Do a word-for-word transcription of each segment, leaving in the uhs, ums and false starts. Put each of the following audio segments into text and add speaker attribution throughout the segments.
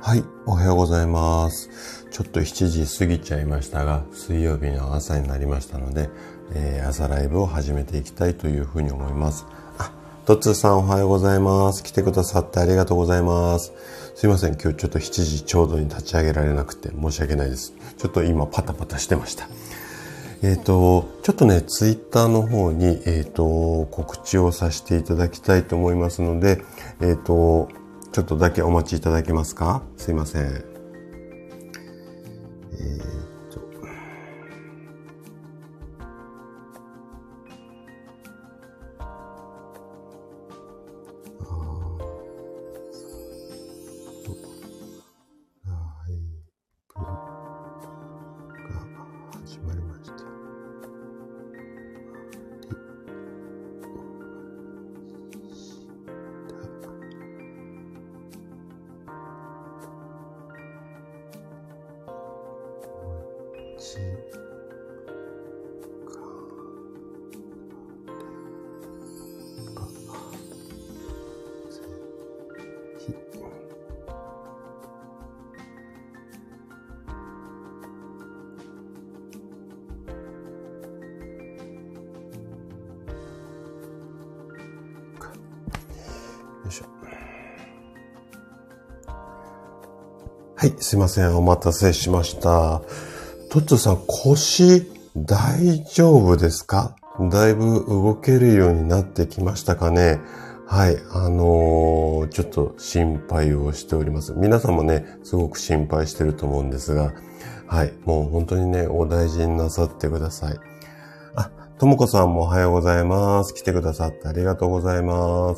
Speaker 1: はい、おはようございます。ちょっとしちじ過ぎちゃいましたが、水曜日の朝になりましたので、えー、朝ライブを始めていきたいというふうに思います。あ、トッツーさんおはようございます。来てくださってありがとうございます。すいません、今日ちょっとしちじちょうどに立ち上げられなくて申し訳ないです。ちょっと今パタパタしてました。えっと、ちょっとね、ツイッターの方に、えっと、告知をさせていただきたいと思いますので、えっと、ちょっとだけお待ちいただけますか？すいません。えー、っと。ライブが始まりました。よいしょ。はい、すいません。お待たせしました。トッツーさん、腰大丈夫ですか？だいぶ動けるようになってきましたかね？はい、あのー、ちょっと心配をしております。皆さんもね、すごく心配してると思うんですが、はい、もう本当にね、お大事になさってください。あ、ともこさんもおはようございます。来てくださってありがとうございます。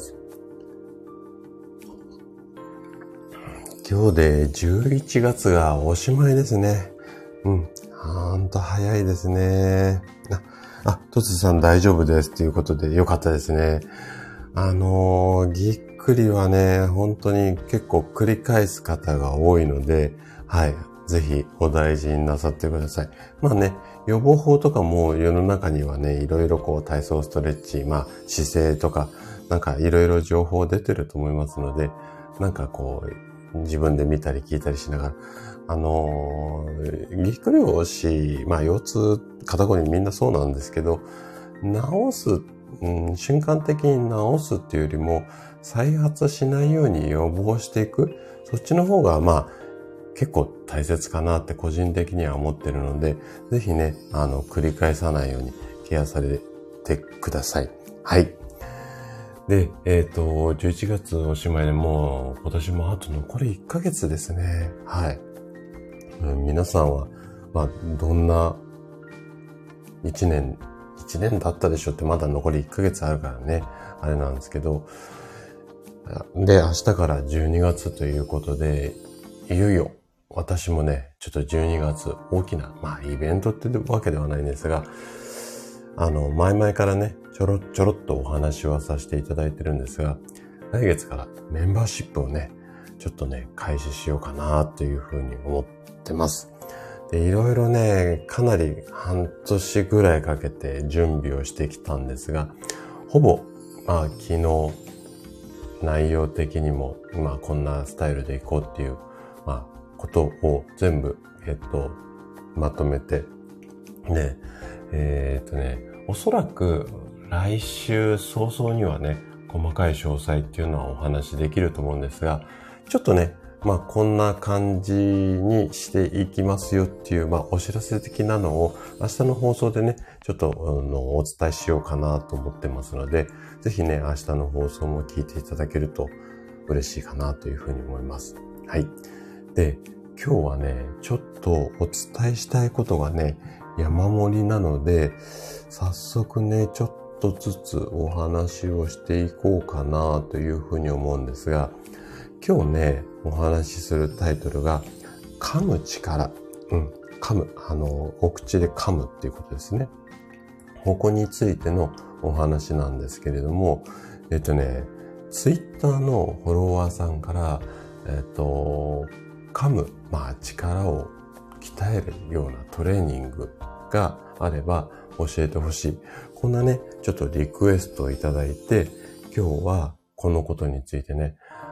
Speaker 1: 今日でじゅういちがつがおしまいですね。うん。ほんと早いですね。あ、あ、とつさん大丈夫ですということでよかったですね。あのー、ぎっくりはね、本当に結構繰り返す方が多いので、はい。ぜひお大事になさってください。まあね、予防法とかも世の中にはね、いろいろこう体操ストレッチ、まあ姿勢とか、なんかいろいろ情報出てると思いますので、なんかこう、自分で見たり聞いたりしながら、あのー、ぎっくり腰、まあ腰痛、肩こりみんなそうなんですけど、治す、うん、瞬間的に治すっていうよりも、再発しないように予防していく、そっちの方がまあ結構大切かなって個人的には思ってるので、ぜひね、あの、繰り返さないようにケアされてください。はい。で、えっと、じゅういちがつおしまいでもう今年もあと残りいっかげつですね。はい。うん、皆さんは、まあ、どんないちねん、いちねんだったでしょってまだ残りいっかげつあるからね。あれなんですけど。で、明日からじゅうにがつということで、いよいよ私もね、ちょっとじゅうにがつ大きな、まあイベントってわけではないんですが、あの、前々からね、ちょろちょろっとお話はさせていただいてるんですが、来月からメンバーシップをね、ちょっとね、開始しようかなというふうに思ってます。で、いろいろね、かなり半年ぐらいかけて準備をしてきたんですが、ほぼ、まあ昨日、内容的にも、まあこんなスタイルでいこうっていう、まあことを全部、えっと、まとめて、ね、えー、っとね、おそらく来週早々にはね、細かい詳細っていうのはお話できると思うんですが、ちょっとね、まあこんな感じにしていきますよっていう、まあお知らせ的なのを明日の放送でね、ちょっとあのお伝えしようかなと思ってますので、ぜひね、明日の放送も聞いていただけると嬉しいかなというふうに思います。はい。で、今日はね、ちょっとお伝えしたいことがね、山盛りなので、早速ね、ちょっとずつお話をしていこうかなというふうに思うんですが、今日ね、お話しするタイトルが、噛む力。うん、噛む。あの、お口で噛むっていうことですね。ここについてのお話なんですけれども、えっとね、ツイッターのフォロワーさんから、えっと、噛む、まあ力を鍛えるようなトレーニングがあれば教えてほしい。こんなね、ちょっとリクエストをいただいて、今日はこのことについてね、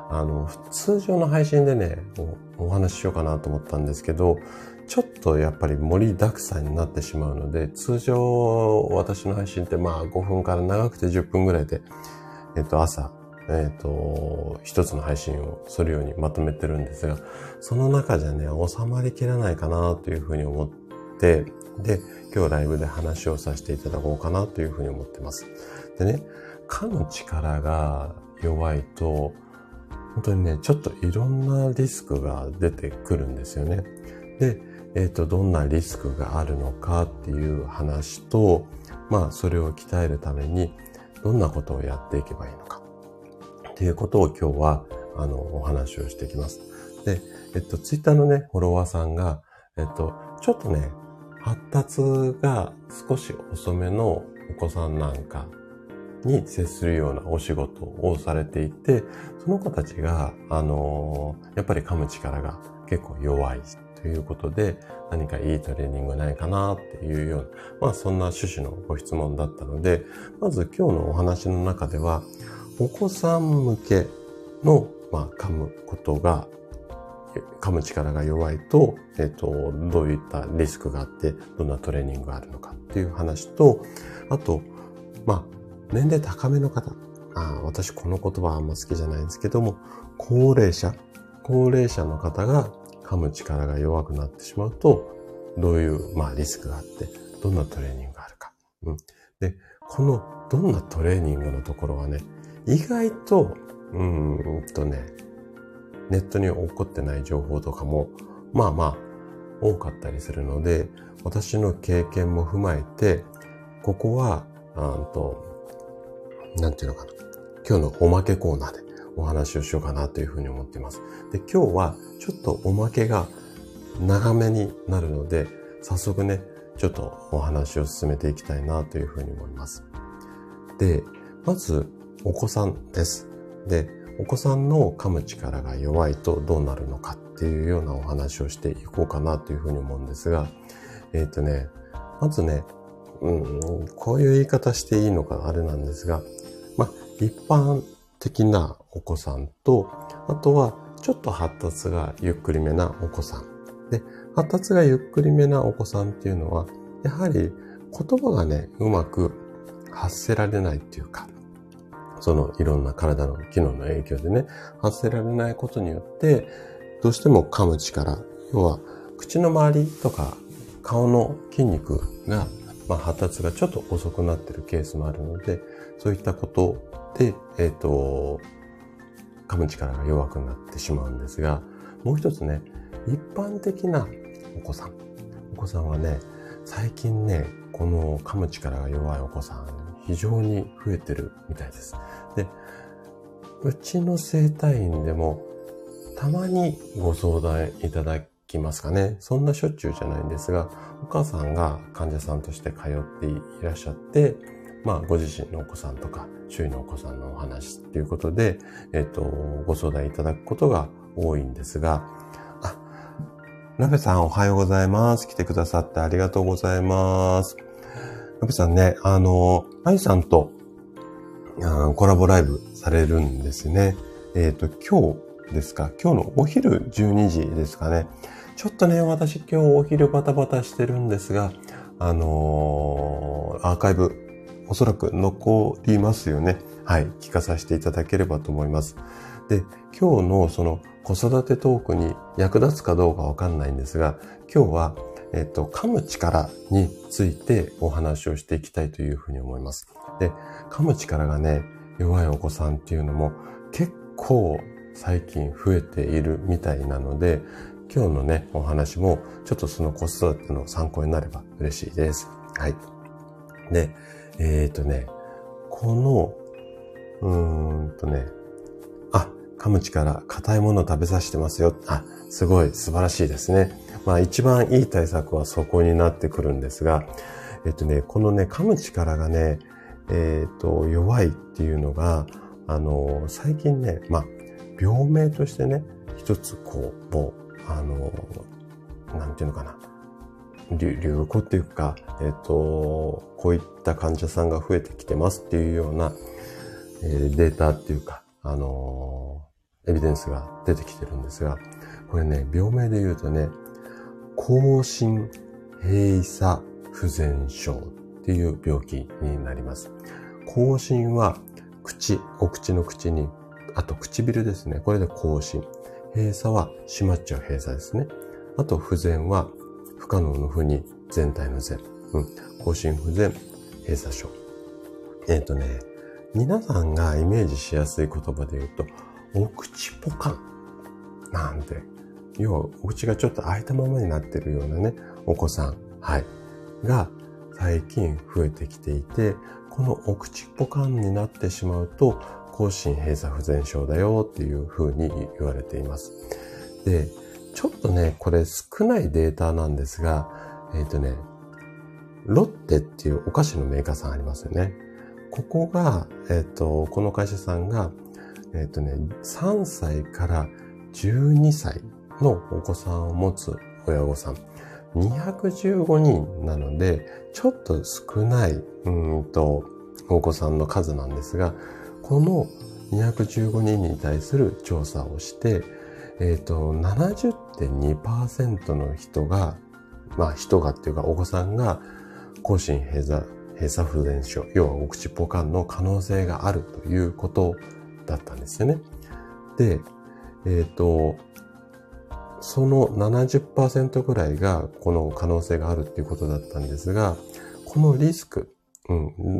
Speaker 1: あの、通常の配信でね、お、お話ししようかなと思ったんですけど、ちょっとやっぱり盛りだくさんになってしまうので、通常私の配信ってまあごふんから長くてじゅっぷんぐらいで、えっと朝、えっと、一つの配信をするようにまとめてるんですが、その中じゃね、収まりきらないかなというふうに思って、で、今日ライブで話をさせていただこうかなというふうに思ってます。でね、噛む力が弱いと、本当にね、ちょっといろんなリスクが出てくるんですよね。で、えっと、どんなリスクがあるのかっていう話と、まあ、それを鍛えるために、どんなことをやっていけばいいのか。っていうことを今日は、あの、お話をしていきます。で、えっと、ツイッターのね、フォロワーさんが、えっと、ちょっとね、発達が少し遅めのお子さんなんかに接するようなお仕事をされていて、その子たちが、あのー、やっぱり噛む力が結構弱いということで、何かいいトレーニングないかなっていうような、まあそんな趣旨のご質問だったので、まず今日のお話の中では、お子さん向けの、まあ噛むことが、噛む力が弱いと、えっと、どういったリスクがあって、どんなトレーニングがあるのかっていう話と、あと、まあ、年齢高めの方。あ私この言葉はあんま好きじゃないんですけども、高齢者。高齢者の方が噛む力が弱くなってしまうと、どういう、まあ、リスクがあって、どんなトレーニングがあるか。うん、で、このどんなトレーニングのところはね、意外と、うーんとね、ネットに起こってない情報とかも、まあまあ、多かったりするので、私の経験も踏まえて、ここは、あと、なんていうのかな。今日のおまけコーナーでお話をしようかなというふうに思っています。で、今日はちょっとおまけが長めになるので、早速ね、ちょっとお話を進めていきたいなというふうに思います。で、まず、お子さんです。で、お子さんの噛む力が弱いとどうなるのかっていうようなお話をしていこうかなというふうに思うんですが、えっとね、まずね、うん、こういう言い方していいのかあれなんですが、まあ、一般的なお子さんと、あとはちょっと発達がゆっくりめなお子さん。で、発達がゆっくりめなお子さんっていうのは、やはり言葉がね、うまく発せられないっていうか、そのいろんな体の機能の影響でね、発せられないことによって、どうしても噛む力、要は口の周りとか顔の筋肉が、まあ、発達がちょっと遅くなっているケースもあるので、そういったことで、えっと、噛む力が弱くなってしまうんですが、もう一つね、一般的なお子さん。お子さんはね、最近ね、この噛む力が弱いお子さん、非常に増えてるみたいです。で、うちの整体院でも、たまにご相談いただきますかね。そんなしょっちゅうじゃないんですが、お母さんが患者さんとして通っていらっしゃって、まあ、ご自身のお子さんとか、周囲のお子さんのお話っていうことで、えっと、ご相談いただくことが多いんですが、あ、ラベさんおはようございます。来てくださってありがとうございます。ラベさんね、あの、あゆさんとコラボライブされるんですね。えっと、今日ですか、今日のお昼じゅうにじですかね。ちょっとね、私今日お昼バタバタしてるんですが、あのー、アーカイブ、おそらく残りますよね。はい。聞かさせていただければと思います。で、今日のその子育てトークに役立つかどうかわかんないんですが、今日は、えっと、噛む力についてお話をしていきたいというふうに思います。で、噛む力がね、弱いお子さんっていうのも結構最近増えているみたいなので、今日のね、お話もちょっとその子育ての参考になれば嬉しいです。はい。で、えっとね、この、うーんとね、あ、噛む力、硬いものを食べさせてますよ。あ、すごい素晴らしいですね。まあ一番いい対策はそこになってくるんですが、えっとね、このね、噛む力がね、えっと、弱いっていうのが、あの、最近ね、まあ、病名としてね、一つこう、もう、あの、なんていうのかな。流, 流行っていうか、えっと、こういった患者さんが増えてきてますっていうような、えー、データっていうか、あのエビデンスが出てきてるんですが、これね、病名で言うとね、口唇閉鎖不全症っていう病気になります。口唇は口、お口の口に、あと唇ですね。これで口唇。閉鎖は閉まっちゃう閉鎖ですね。あと不全は不可能の不に全体の全。うん。口唇不全閉鎖症。えっとね、皆さんがイメージしやすい言葉で言うと、お口ポカンなんて、要はお口がちょっと開いたままになってるようなね、お子さん、はい、が最近増えてきていて、このお口ポカンになってしまうと、口唇閉鎖不全症だよっていう風に言われています。で、ちょっとね、これ少ないデータなんですが、えっとね、ロッテっていうお菓子のメーカーさんありますよね。ここが、えっと、この会社さんが、えっとね、さんさいからじゅうにさいのお子さんを持つ親御さん、にひゃくじゅうごにんなので、ちょっと少ない、うーんと、お子さんの数なんですが、このにひゃくじゅうごにんに対する調査をして、えっと、ななじゅってんにパーセント の人が、まあ人がっていうかお子さんが口唇閉鎖、閉鎖不全症、要はお口ポカンの可能性があるということだったんですよね。で、えっと、その ななじゅっパーセント ぐらいがこの可能性があるっていうことだったんですが、このリスク、うん、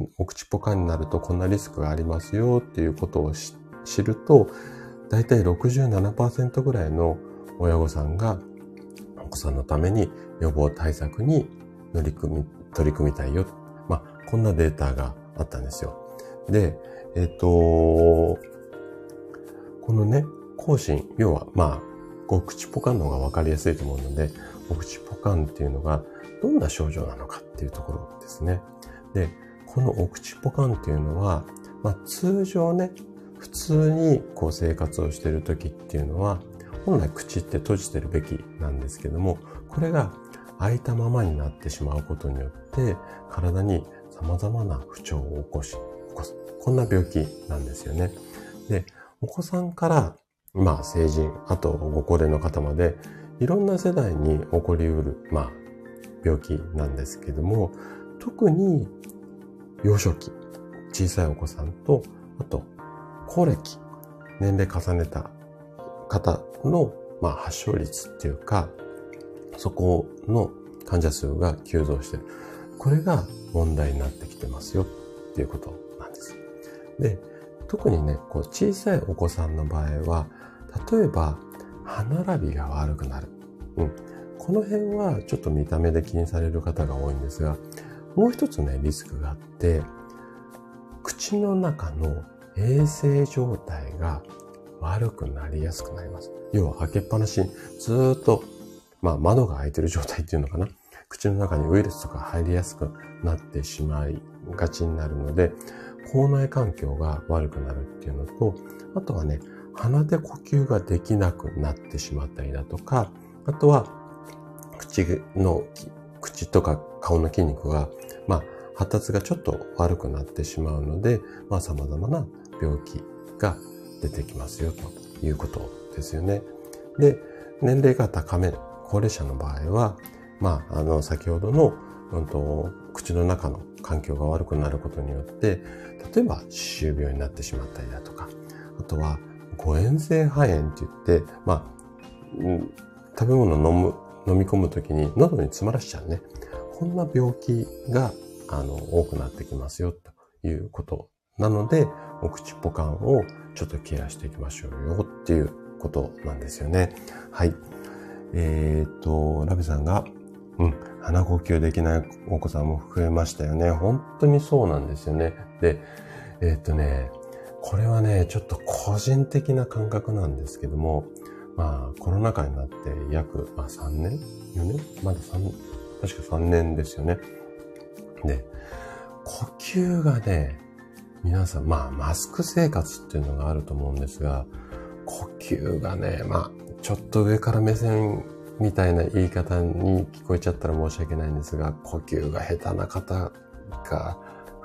Speaker 1: お口ポカンになるとこんなリスクがありますよっていうことを知ると、だいたい ろくじゅうななパーセント ぐらいの親御さんがお子さんのために予防対策に乗り組み、取り組みたいよ。まあ、こんなデータがあったんですよ。で、えっと、このね、口唇、要は、まあ、お口ポカンの方が分かりやすいと思うので、お口ポカンっていうのがどんな症状なのかっていうところですね。で、このお口ポカンっていうのは、まあ、通常ね、普通にこう生活をしている時っていうのは、本来口って閉じてるべきなんですけども、これが開いたままになってしまうことによって、体に様々な不調を起こし、起こす。こんな病気なんですよね。で、お子さんから、まあ成人、あとご高齢の方まで、いろんな世代に起こりうる、まあ、病気なんですけども、特に幼少期、小さいお子さんと、あと、高齢期、年齢重ねた方の、まあ、発症率っていうか、そこの患者数が急増している。これが問題になってきてますよっていうことなんです。で、特にね、こう小さいお子さんの場合は、例えば歯並びが悪くなる。うん。この辺はちょっと見た目で気にされる方が多いんですが、もう一つね、リスクがあって、口の中の衛生状態が悪くなりやすくなります。要は開けっぱなしにずーっと、まあ窓が開いてる状態っていうのかな。口の中にウイルスとか入りやすくなってしまいがちになるので、口内環境が悪くなるっていうのと、あとはね、鼻で呼吸ができなくなってしまったりだとか、あとは口の、口とか顔の筋肉が、まあ発達がちょっと悪くなってしまうので、まあ様々な病気が出てきますよということですよね。で、年齢が高め、高齢者の場合は、まあ、あの、先ほどの、うんと、口の中の環境が悪くなることによって、例えば、歯周病になってしまったりだとか、あとは、誤嚥性肺炎って言って、まあ、うん、食べ物を飲む、飲み込むときに喉に詰まらしちゃうね。こんな病気が、あの、多くなってきますよ、ということなので、お口ポカンをちょっとケアしていきましょうよっていうことなんですよね。はい。えー、っと、ラビさんが、うん、鼻呼吸できないお子さんも増えましたよね。本当にそうなんですよね。で、えー、っとね、これはね、ちょっと個人的な感覚なんですけども、まあ、コロナ禍になって約、まあ、さんねん ?よ 年まださん、確かさんねんですよね。で、呼吸がね、皆さん、まあ、マスク生活っていうのがあると思うんですが、呼吸がね、まあ、ちょっと上から目線みたいな言い方に聞こえちゃったら申し訳ないんですが、呼吸が下手な方が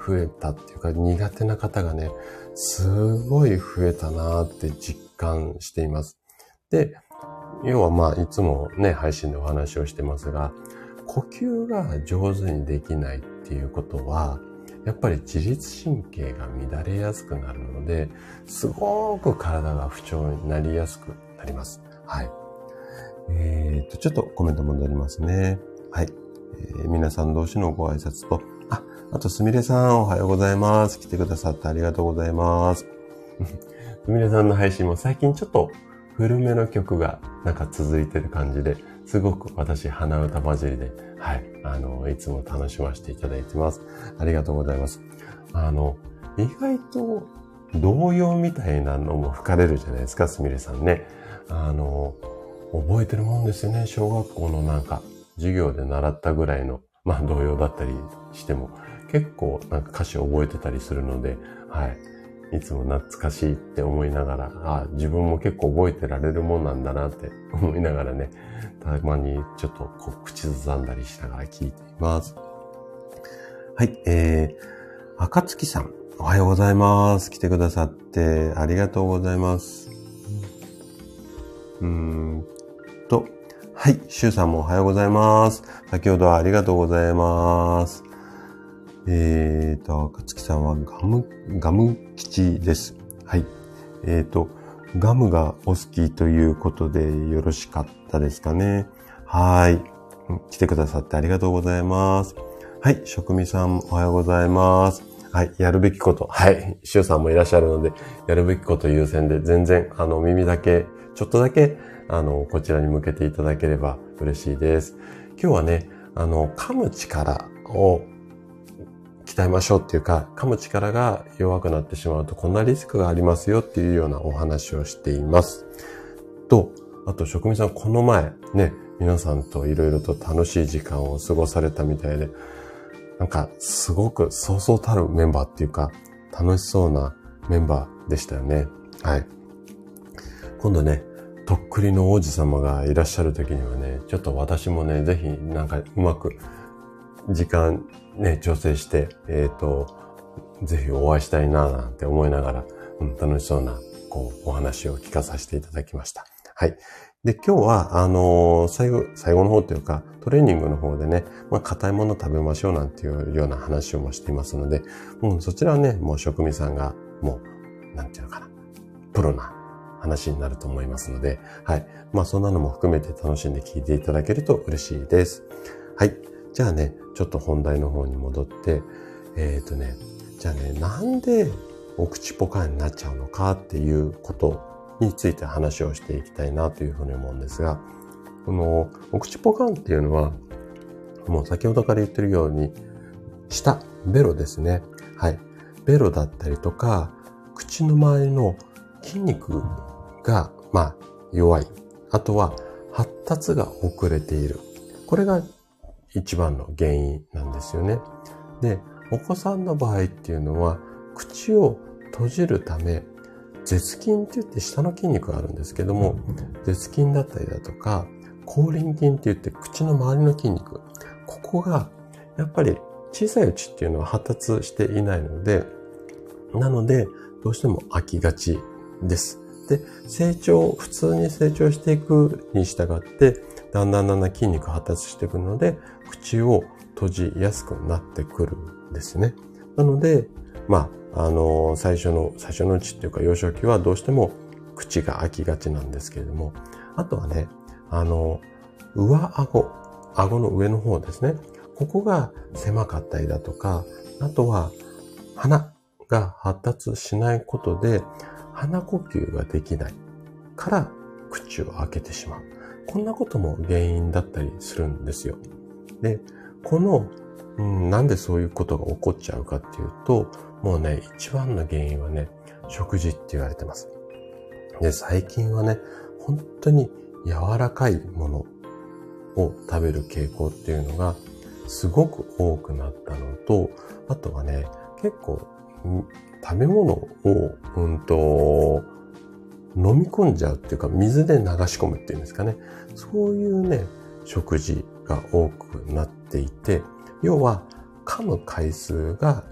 Speaker 1: 増えたっていうか苦手な方がね、すごい増えたなって実感しています。で、要はまあいつもね、配信でお話をしてますが、呼吸が上手にできないっていうことは、やっぱり自律神経が乱れやすくなるので、すごく体が不調になりやすくなります。はい。えーと、ちょっとコメント戻りますね。はい。えー、皆さん同士のご挨拶と、あ、あとすみれさんおはようございます。来てくださってありがとうございます。すみれさんの配信も最近ちょっと古めの曲がなんか続いてる感じで、すごく私鼻歌混じりで、はい、あの、いつも楽しませていただいてます。ありがとうございます。あの、意外と童謡みたいなのも吹かれるじゃないですか、すみれさんね。あの、覚えてるもんですよね。小学校のなんか授業で習ったぐらいの、まあ童謡だったりしても、結構なんか歌詞覚えてたりするので、はい。いつも懐かしいって思いながら、あ、自分も結構覚えてられるもんなんだなって思いながらね、たまにちょっとこう口ずさんだりしながら聞いています。はい、えー、赤月さん、おはようございます。来てくださってありがとうございます。うーんと、はい、シュウさんもおはようございます。先ほどはありがとうございます。えーと、赤月さんはガム、ガム吉です。はい。えーと、ガムがお好きということでよろしかったですかね。はい。来てくださってありがとうございます。はい。職味さんおはようございます。はい。やるべきこと。はい。シュウさんもいらっしゃるので、やるべきこと優先で全然、あの、耳だけ、ちょっとだけ、あの、こちらに向けていただければ嬉しいです。今日はね、あの、噛む力を鍛えましょうっていうか、噛む力が弱くなってしまうとこんなリスクがありますよっていうようなお話をしています。と、あと職人さんこの前ね、皆さんといろいろと楽しい時間を過ごされたみたいで、なんかすごくそうそうたるメンバーっていうか、楽しそうなメンバーでしたよね。はい。今度ね、とっくりの王子様がいらっしゃる時にはね、ちょっと私もね、ぜひなんかうまく時間ね、調整して、えっと、ぜひお会いしたいななんて思いながら、うん、楽しそうな、こう、お話を聞かさせていただきました。はい。で、今日は、あのー、最後、最後の方というか、トレーニングの方でね、まあ、硬いもの食べましょうなんていうような話をもしていますので、もうそちらはね、もう職味さんが、もう、なんていうのかな、プロな話になると思いますので、はい。まあ、そんなのも含めて楽しんで聞いていただけると嬉しいです。はい。じゃあね、ちょっと本題の方に戻って、えっとね、じゃあね、なんでお口ポカンになっちゃうのかっていうことについて話をしていきたいなというふうに思うんですが、このお口ポカンっていうのは、もう先ほどから言ってるように、舌、ベロですね。はい。ベロだったりとか、口の周りの筋肉が、まあ、弱い。あとは、発達が遅れている。これが一番の原因なんですよね。で、お子さんの場合っていうのは、口を閉じるため、舌筋って言って下の筋肉があるんですけども、舌筋だったりだとか、口輪筋って言って口の周りの筋肉、ここがやっぱり小さいうちっていうのは発達していないので、なのでどうしても飽きがちです。で、成長、普通に成長していくに従って、だんだんだんだん筋肉発達していくので、口を閉じやすくなってくるんですね。なので、まあ、あの、最初の、最初のうちっていうか幼少期はどうしても口が開きがちなんですけれども、あとはね、あの、上顎、顎の上の方ですね。ここが狭かったりだとか、あとは鼻が発達しないことで、鼻呼吸ができないから口を開けてしまう。こんなことも原因だったりするんですよ。で、この、うん、なんでそういうことが起こっちゃうかっていうと、もうね、一番の原因はね、食事って言われてます。で、最近はね、本当に柔らかいものを食べる傾向っていうのがすごく多くなったのと、あとはね、結構、食べ物を、うんと、飲み込んじゃうっていうか、水で流し込むっていうんですかね。そういうね、食事が多くなっていて、要は噛む回数が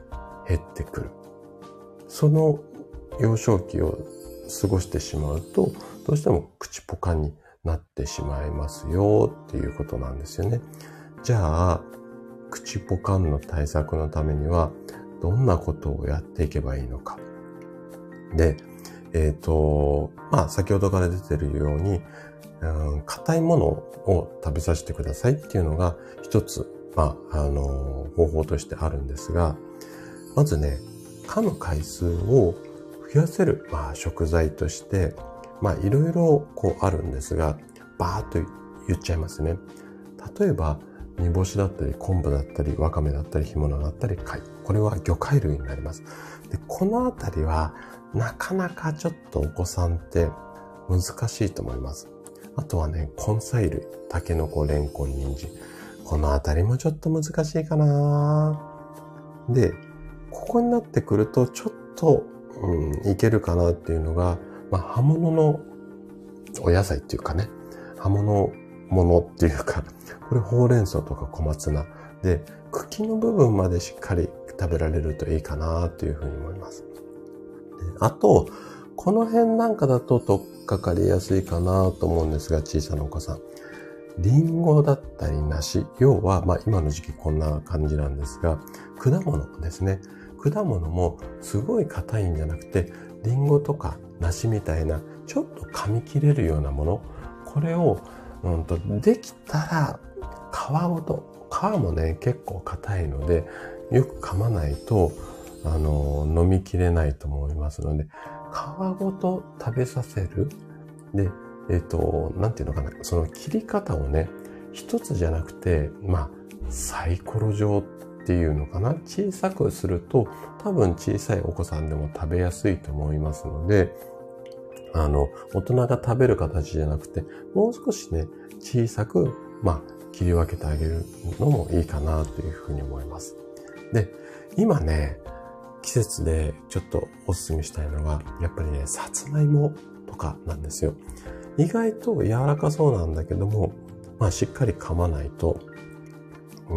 Speaker 1: 減ってくる。その幼少期を過ごしてしまうと、どうしても口ポカになってしまいますよっていうことなんですよね。じゃあ、口ポカンの対策のためには、どんなことをやっていけばいいのか。で、えっと、まあ、先ほどから出てるように、うん、硬いものを食べさせてくださいっていうのが一つ、まあ、あの、方法としてあるんですが、まずね、噛む回数を増やせる、まあ、食材として、まあ、いろいろこうあるんですが、バーッと言っちゃいますね。例えば、煮干しだったり、昆布だったり、わかめだったり、干物だったり、貝。これは魚介類になります。で、このあたりは、なかなかちょっとお子さんって難しいと思います。あとはね、根菜類、タケノコ、レンコン、人参。このあたりもちょっと難しいかな。で、ここになってくると、ちょっと、うん、いけるかなっていうのが、まあ、葉物のお野菜っていうかね、葉物ものっていうか、これほうれん草とか小松菜で、茎の部分までしっかり食べられるといいかなというふうに思います。あと、この辺なんかだと取っかかりやすいかなと思うんですが、小さなお子さん。リンゴだったり梨、要は、まあ今の時期こんな感じなんですが、果物ですね。果物もすごい硬いんじゃなくて、リンゴとか梨みたいな、ちょっと噛み切れるようなもの、これを、うんと、できたら皮ごと、皮もね、結構硬いので、よく噛まないと、あの、飲みきれないと思いますので、皮ごと食べさせる。で、えっと、なんていうのかな、その切り方をね、一つじゃなくて、まあ、サイコロ状っていうのかな、小さくすると、多分小さいお子さんでも食べやすいと思いますので、あの、大人が食べる形じゃなくて、もう少しね、小さく、まあ、切り分けてあげるのもいいかなというふうに思います。で、今ね、季節でちょっとお勧めしたいのが、やっぱりね、さつまいもとかなんですよ。意外と柔らかそうなんだけども、まあしっかり噛まないと、うん、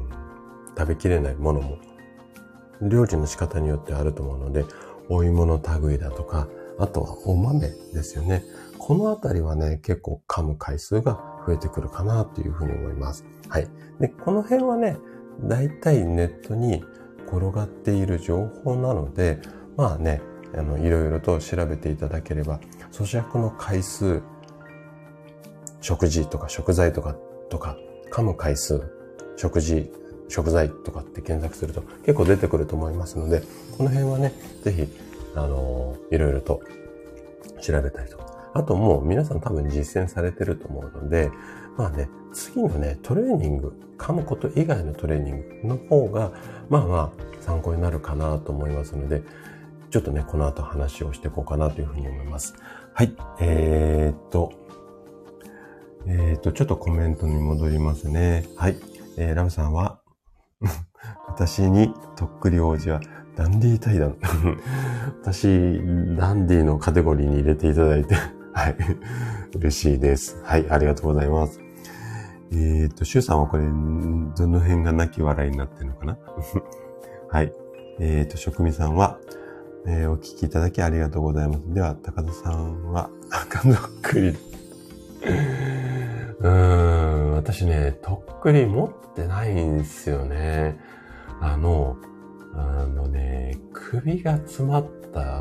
Speaker 1: 食べきれないものも、料理の仕方によってあると思うので、お芋の類だとか、あとはお豆ですよね。このあたりはね、結構噛む回数が増えてくるかなというふうに思います。はい。で、この辺はね、だいたいネットに転がっている情報なので、まあね、あの、いろいろと調べていただければ、咀嚼の回数、食事とか食材とか、とか、噛む回数、食事、食材とかって検索すると結構出てくると思いますので、この辺はね、ぜひ、あの、いろいろと調べたりとか。あともう皆さん多分実践されてると思うので、まあね、次のね、トレーニング、噛むこと以外のトレーニングの方が、まあまあ参考になるかなと思いますので、ちょっとね、この後話をしていこうかなというふうに思います。はい。えー、っと、えー、っと、ちょっとコメントに戻りますね。はい。えー、ラムさんは、私にとっくり王子はダンディー対談。私、ダンディーのカテゴリーに入れていただいて、はい。嬉しいです。はい。ありがとうございます。えっと、シュウさんはこれ、どの辺が泣き笑いになってるのかなはい。えっと、職味さんは、えー、お聞きいただきありがとうございます。では、高田さんは、赤どっくり。うーん、私ね、とっくり持ってないんですよね。あの、あのね、首が詰まった、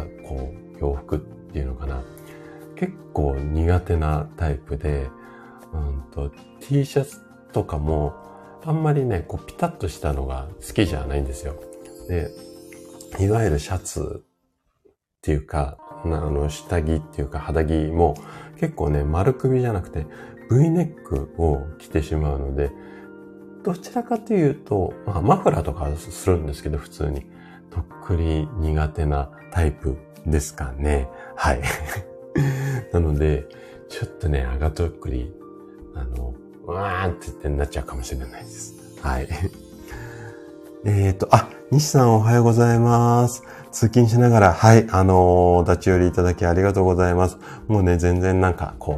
Speaker 1: こう、洋服っていうのかな。結構苦手なタイプで、うんと、T シャツとかも、あんまりね、こう、ピタッとしたのが好きじゃないんですよ。で、いわゆるシャツっていうか、あの、下着っていうか肌着も結構ね、丸首じゃなくて V ネックを着てしまうので、どちらかというと、まあ、マフラーとかするんですけど、普通に。とっくり苦手なタイプですかね。はい。なので、ちょっとね、赤とっくり、あの、うわーんって言ってなっちゃうかもしれないです。はい。えっと、あ、西さんおはようございます。通勤しながら、はい、あのー、立ち寄りいただきありがとうございます。もうね、全然なんか、こう、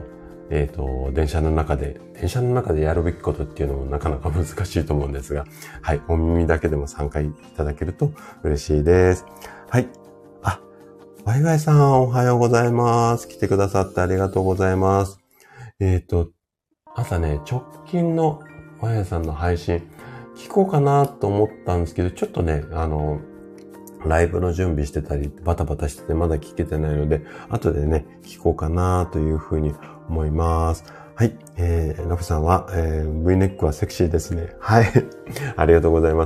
Speaker 1: えっと、電車の中で、電車の中でやるべきことっていうのもなかなか難しいと思うんですが、はい、お耳だけでも参加いただけると嬉しいです。はい。あ、ワイワイさんおはようございます。来てくださってありがとうございます。えっと、朝ね、直近のワイワイさんの配信、聞こうかなと思ったんですけど、ちょっとね、あの、ライブの準備してたり、バタバタしててまだ聞けてないので、後でね、聞こうかなというふうに思います。はい。えー、ラフさんは、えー、V ネックはセクシーですね。はい。ありがとうございます。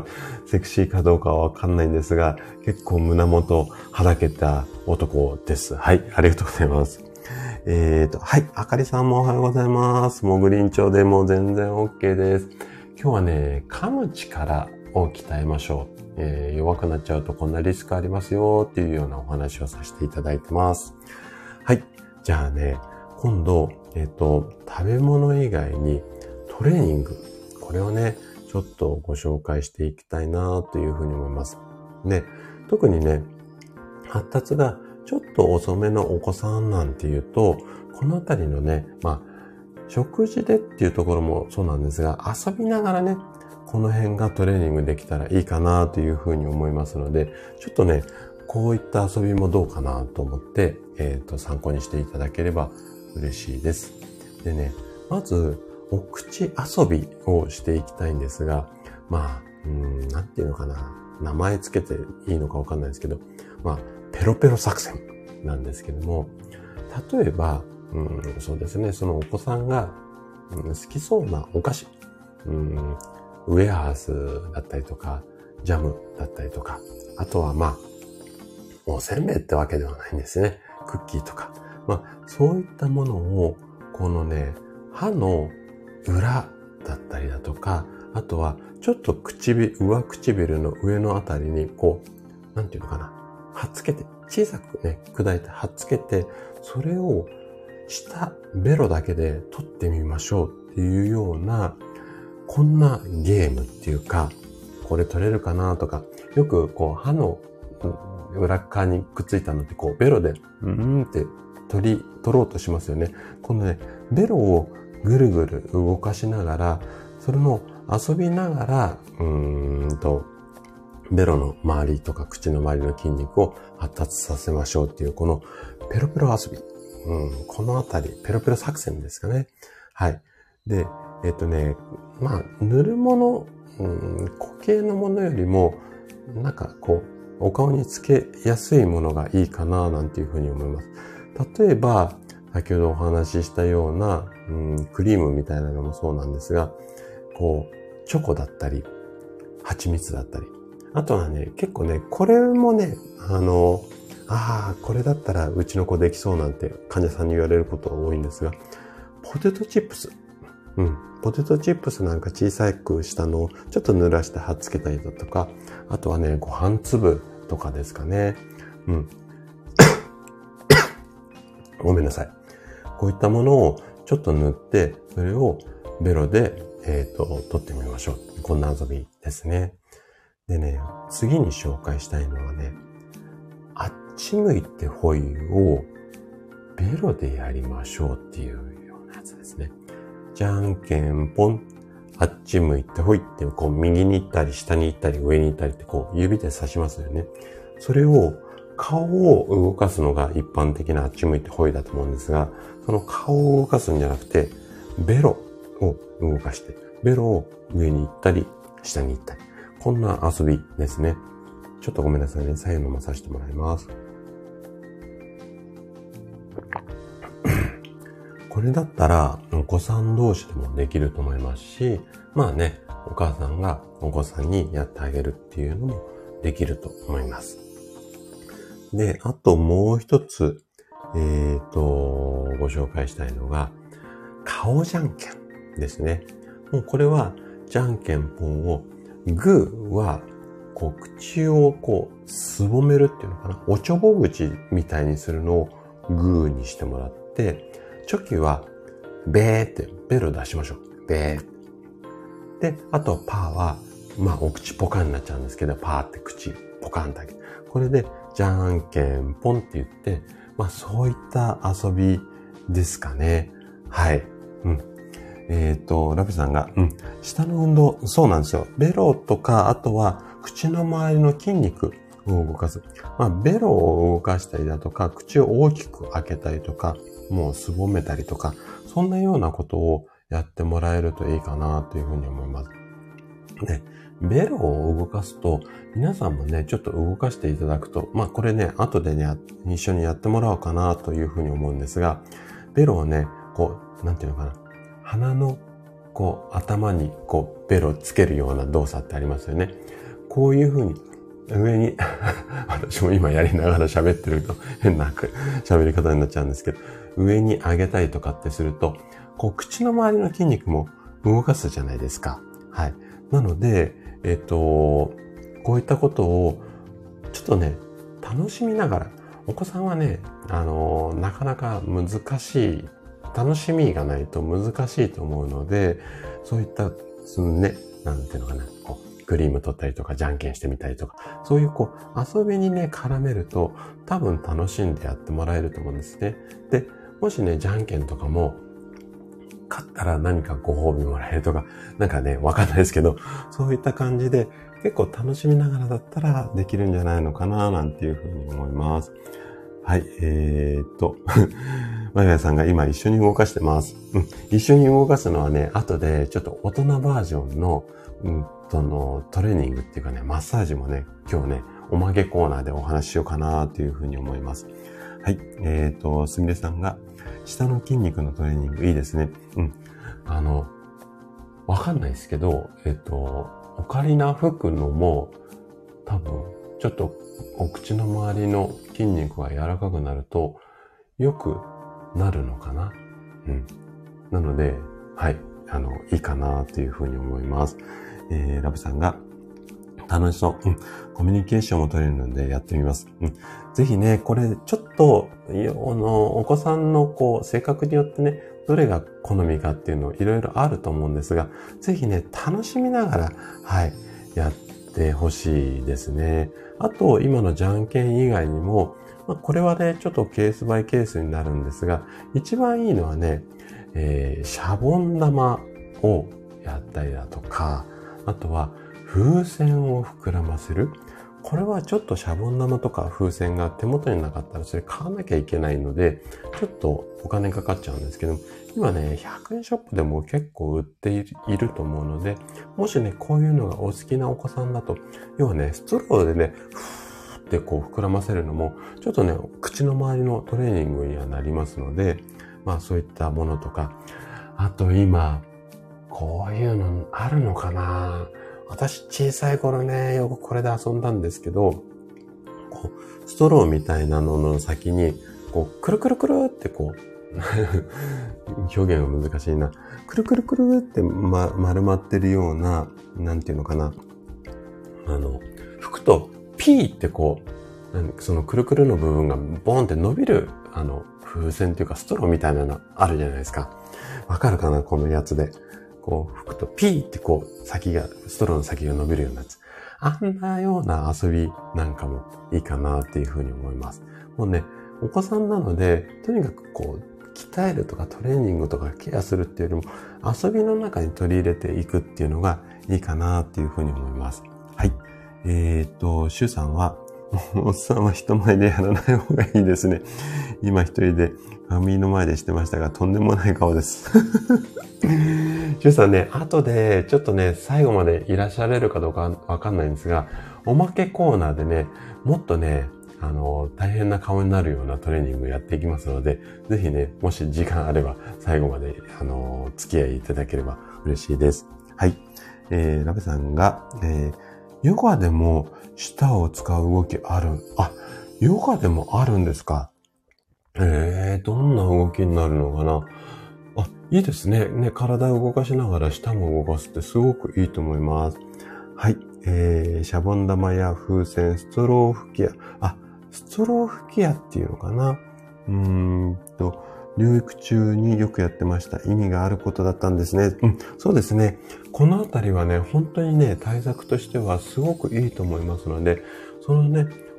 Speaker 1: セクシーかどうかはわかんないんですが、結構胸元はだけた男です。はい。ありがとうございます。えーと、はい。あかりさんもおはようございます。もうグリーン調でも全然 OK です。今日はね、噛む力を鍛えましょう。えー、弱くなっちゃうとこんなリスクありますよっていうようなお話をさせていただいてます。はい。じゃあね、今度、えっと、食べ物以外にトレーニング。これをね、ちょっとご紹介していきたいなというふうに思います。で、特にね、発達がちょっと遅めのお子さんなんていうと、このあたりのね、まあ、食事でっていうところもそうなんですが、遊びながらね、この辺がトレーニングできたらいいかなというふうに思いますので、ちょっとね、こういった遊びもどうかなと思って、えっと、参考にしていただければ嬉しいです。でね、まず、お口遊びをしていきたいんですが、まあ、うーん、なんていうのかな、名前つけていいのかわかんないですけど、まあ、ペロペロ作戦なんですけども、例えば、うん、そうですね、そのお子さんが、うん、好きそうなお菓子、うん、ウェハースだったりとか、ジャムだったりとか、あとはまあ、おせんべいってわけではないんですね。クッキーとか。まあ、そういったものを、このね、歯の裏だったりだとか、あとは、ちょっと唇、上唇の上のあたりに、こう、なんていうのかな、はっつけて、小さくね、砕いてはっつけて、それを下、ベロだけで取ってみましょうっていうような、こんなゲームっていうか、これ取れるかなとか、よくこう歯の裏側にくっついたのってこうベロで、うんって取り、取ろうとしますよね。このね、ベロをぐるぐる動かしながら、それも遊びながら、うーんと、ベロの周りとか口の周りの筋肉を発達させましょうっていう、このペロペロ遊び。うん、このあたり、ペロペロ作戦ですかね。はい。で、えっとね、まあ、塗るもの、うん、固形のものよりも、なんかこう、お顔につけやすいものがいいかな、なんていうふうに思います。例えば、先ほどお話ししたような、うん、クリームみたいなのもそうなんですが、こう、チョコだったり、蜂蜜だったり。あとはね、結構ね、これもね、あの、ああ、これだったらうちの子できそうなんて患者さんに言われることが多いんですが、ポテトチップス。うん。ポテトチップスなんか小さくしたのをちょっと濡らして貼っつけたりだとか、あとはね、ご飯粒とかですかね。うん。ごめんなさい。こういったものをちょっと塗って、それをベロで、えっと、取ってみましょう。こんな遊びですね。でね、次に紹介したいのはね、あっち向いてホイをベロでやりましょうっていうようなやつですね。じゃんけんぽん。あっち向いてほいって、こう右に行ったり下に行ったり上に行ったりってこう指で指しますよね。それを顔を動かすのが一般的なあっち向いてほいだと思うんですが、その顔を動かすんじゃなくて、ベロを動かして、ベロを上に行ったり下に行ったり。こんな遊びですね。ちょっとごめんなさいね。左右飲まさせてもらいます。これだったらお子さん同士でもできると思いますし、まあね、お母さんがお子さんにやってあげるっていうのもできると思います。で、あともう一つ、えっと、ご紹介したいのが、顔じゃんけんですね。もうこれは、じゃんけんぽんを、グーは、こう、口をこう、すぼめるっていうのかな。おちょぼ口みたいにするのをグーにしてもらって、チョキは、ベーってベロ出しましょう。ベー。で、あとパーは、まあ、お口ポカンになっちゃうんですけど、パーって口ポカンってあげる。これで、じゃんけんぽんって言って、まあ、そういった遊びですかね。 はい。うん。えっと、ラビさんが、うん。下の運動、そうなんですよ。ベロとか、あとは口の周りの筋肉を動かす。まあ、ベロを動かしたりだとか、口を大きく開けたりとか、もうすぼめたりとか、そんなようなことをやってもらえるといいかなというふうに思います。で、ベロを動かすと、皆さんもね、ちょっと動かしていただくと、まあこれね、後でね、一緒にやってもらおうかなというふうに思うんですが、ベロをね、こう、なんていうのかな、鼻の、こう、頭に、こう、ベロをつけるような動作ってありますよね。こういうふうに、上に、私も今やりながら喋ってると変な喋り方になっちゃうんですけど、上に上げたりとかってすると、こう、口の周りの筋肉も動かすじゃないですか。はい。なので、えっと、こういったことを、ちょっとね、楽しみながら、お子さんはね、あの、なかなか難しい、楽しみがないと難しいと思うので、そういった、そのね、なんていうのかな、こう、クリーム取ったりとか、じゃんけんしてみたりとか、そういうこう、遊びにね、絡めると、多分楽しんでやってもらえると思うんですね。で、もしね、じゃんけんとかも、勝ったら何かご褒美もらえるとか、なんかね、わかんないですけど、そういった感じで結構楽しみながらだったらできるんじゃないのかな、なんていうふうに思います。はい、えーっと、まややさんが今一緒に動かしてます。うん、一緒に動かすのはね、後でちょっと大人バージョンの、うん、そのトレーニングっていうかね、マッサージもね、今日ね、おまけコーナーでお話ししようかな、というふうに思います。はい、えーっと、すみれさんが、下の筋肉のトレーニングいいですね。うん。あの、わかんないですけど、えっと、オカリナ吹くのも、多分、ちょっとお口の周りの筋肉が柔らかくなると、良くなるのかな。うん。なので、はい、あの、いいかなというふうに思います。えー、ラブさんが、楽しそう。うん。コミュニケーションも取れるのでやってみます。うん。ぜひね、これちょっと、あの、お子さんのこう、性格によってね、どれが好みかっていうのいろいろあると思うんですが、ぜひね、楽しみながら、はい、やってほしいですね。あと、今のじゃんけん以外にも、まあ、これはね、ちょっとケースバイケースになるんですが、一番いいのはね、えー、シャボン玉をやったりだとか、あとは、風船を膨らませる。これはちょっとシャボン玉とか風船が手元になかったらそれ買わなきゃいけないので、ちょっとお金かかっちゃうんですけど、今ね、ひゃくえんショップでも結構売っていると思うので、もしね、こういうのがお好きなお子さんだと、要はね、ストローでね、ふーってこう膨らませるのも、ちょっとね、口の周りのトレーニングにはなりますので、まあそういったものとか、あと今、こういうのあるのかな？私小さい頃ね、よくこれで遊んだんですけど、こう、ストローみたいなのの先に、こう、くるくるくるってこう、表現が難しいな。くるくるくるって、ま、丸まってるような、なんていうのかな。あの、吹くと、ピーってこう、そのくるくるの部分がボーンって伸びる、あの、風船っていうかストローみたいなのあるじゃないですか。わかるかな？このやつで。こう吹くとピーってこう先が、ストローの先が伸びるようなやつ。あんなような遊びなんかもいいかなっていうふうに思います。もうね、お子さんなので、とにかくこう、鍛えるとかトレーニングとかケアするっていうよりも、遊びの中に取り入れていくっていうのがいいかなっていうふうに思います。はい。えーっと、シュウさんは、おっさんは人前でやらない方がいいですね。今一人で紙の前でしてましたが、とんでもない顔です。シュウさんね、後でちょっとね、最後までいらっしゃれるかどうかわかんないんですが、おまけコーナーでね、もっとね、あの、大変な顔になるようなトレーニングやっていきますので、ぜひね、もし時間あれば最後まで、あの、付き合いいただければ嬉しいです。はい。えー、ラベさんが、えー、ヨガでも舌を使う動きある。あ、ヨガでもあるんですか？えー、どんな動きになるのかな？あ、いいですね。ね、体を動かしながら舌も動かすってすごくいいと思います。はい。えー、シャボン玉や風船、ストロー吹き矢。あ、ストロー吹き矢っていうのかな？うーんと、療育中によくやってました。意味があることだったんですね。うん、そうですね。このあたりはね、本当にね、対策としてはすごくいいと思いますので、そのね、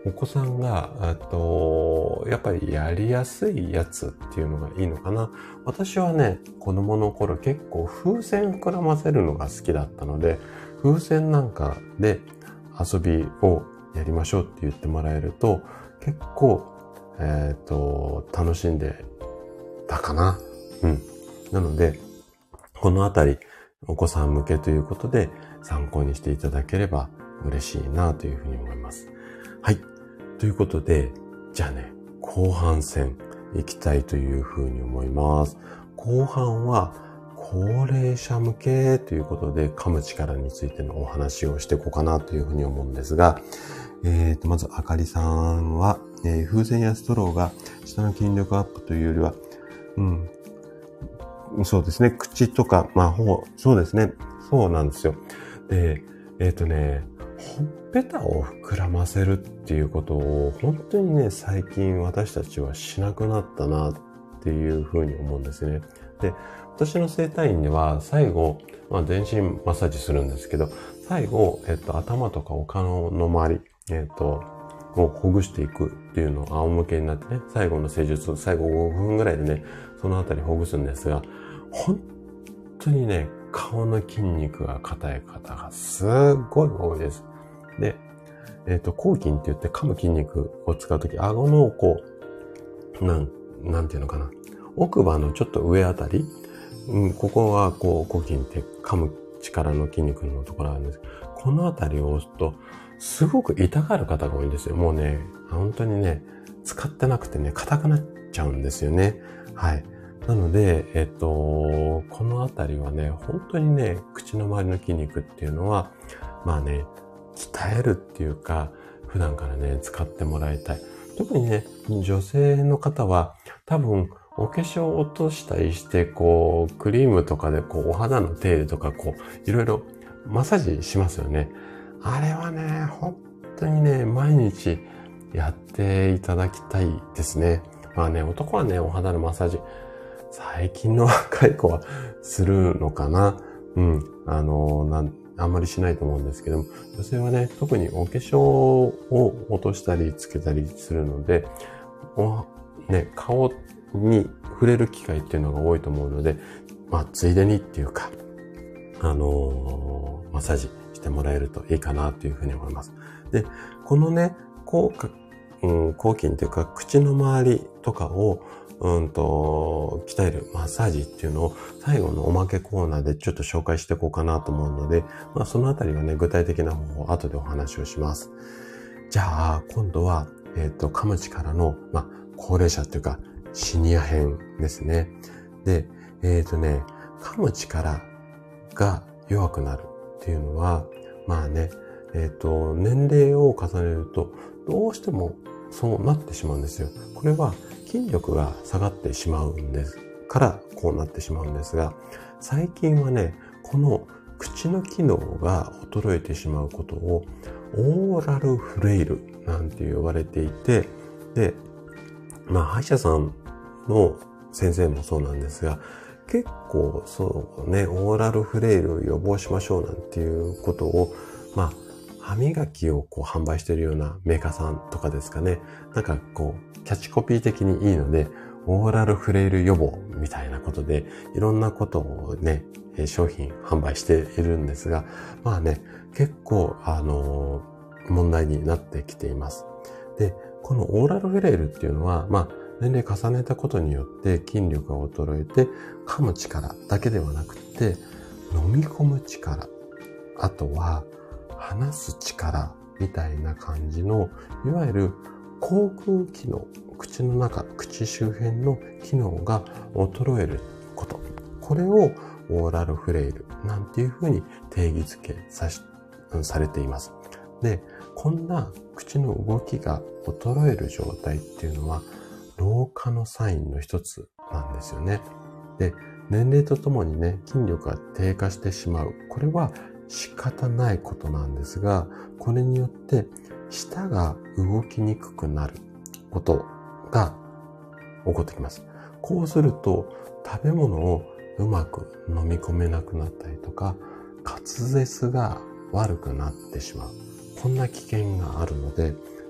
Speaker 1: お子さんが、えっと、やっぱりやりやすいやつっていうのがいいのかな。私はね、子供の頃結構風船膨らませるのが好きだったので、風船なんかで遊びをやりましょうって言ってもらえると、結構、えっと、楽しんでたかな。うん。なので、このあたり、お子さん向けということで参考にしていただければ嬉しいなというふうに思います。はい。ということで、じゃあね、後半戦行きたいというふうに思います。後半は高齢者向けということで噛む力についてのお話をしていこうかなというふうに思うんですが、えーと、まずあかりさんは、えー、風船やストローが舌の筋力アップというよりは、うん、そうですね。口とか、まあ、ほう、そうですね。そうなんですよ。で、えっとね、ほっぺたを膨らませるっていうことを、本当にね、最近私たちはしなくなったなっていうふうに思うんですね。で、私の整体院では、最後、まあ、全身マッサージするんですけど、最後、えっと、頭とかお顔の周り、えっと、をほぐしていくっていうのを仰向けになってね、最後の施術、最後ごふんぐらいでね、そのあたりほぐすんですが、本当にね、顔の筋肉が硬い方がすっごい多いです。で、えっと、後筋って言って噛む筋肉を使うとき、顎のこう、なん、なんていうのかな。奥歯のちょっと上あたり、うん、ここはこう、後筋って噛む力の筋肉のところあるんですけど、このあたりを押すと、すごく痛がる方が多いんですよ。もうね、本当にね、使ってなくてね、硬くなっちゃうんですよね。はい。なので、えっと、このあたりはね、本当にね、口の周りの筋肉っていうのは、まあね、鍛えるっていうか、普段からね、使ってもらいたい。特にね、女性の方は、多分、お化粧を落としたりして、こう、クリームとかで、こう、お肌の手入れとか、こう、いろいろマッサージしますよね。あれはね、本当にね、毎日やっていただきたいですね。まあね、男はね、お肌のマッサージ、最近の若い子はするのかな。うん。あの、なん、あんまりしないと思うんですけども、女性はね、特にお化粧を落としたりつけたりするので、おね、顔に触れる機会っていうのが多いと思うので、まあ、ついでにっていうか、あのー、マッサージしてもらえるといいかなというふうに思います。で、このね、こう、うん、後筋というか、口の周りとかを、うんと、鍛えるマッサージっていうのを最後のおまけコーナーでちょっと紹介していこうかなと思うので、まあそのあたりはね、具体的な方法、後でお話をします。じゃあ、今度は、えっと、噛む力の、まあ、高齢者っていうか、シニア編ですね。で、えっとね、噛む力が弱くなるっていうのは、まあね、えっと、年齢を重ねると、どうしてもそうなってしまうんですよ。これは筋力が下がってしまうんですから、こうなってしまうんですが、最近はね、この口の機能が衰えてしまうことを、オーラルフレイルなんて呼ばれていて、で、まあ、歯医者さんの先生もそうなんですが、結構そうね、オーラルフレイルを予防しましょうなんていうことを、まあ、歯磨きをこう販売しているようなメーカーさんとかですかね。なんかこう、キャッチコピー的にいいので、オーラルフレイル予防みたいなことで、いろんなことをね、商品販売しているんですが、まあね、結構、あのー、問題になってきています。で、このオーラルフレイルっていうのは、まあ、年齢重ねたことによって筋力が衰えて、噛む力だけではなくて、飲み込む力、あとは話す力みたいな感じの、いわゆる口腔機能、口の中、口周辺の機能が衰えること。これをオーラルフレイルなんていうふうに定義づけさし、されています。で、こんな口の動きが衰える状態っていうのは、老化のサインの一つなんですよね。で、年齢とともにね、筋力が低下してしまう。これは仕方ないことなんですが、これによって舌が動きにくくなることが起こってきます。こうすると、食べ物をうまく飲み込めなくなったりとか、滑舌が悪くなってしまう。こんな危険があるので、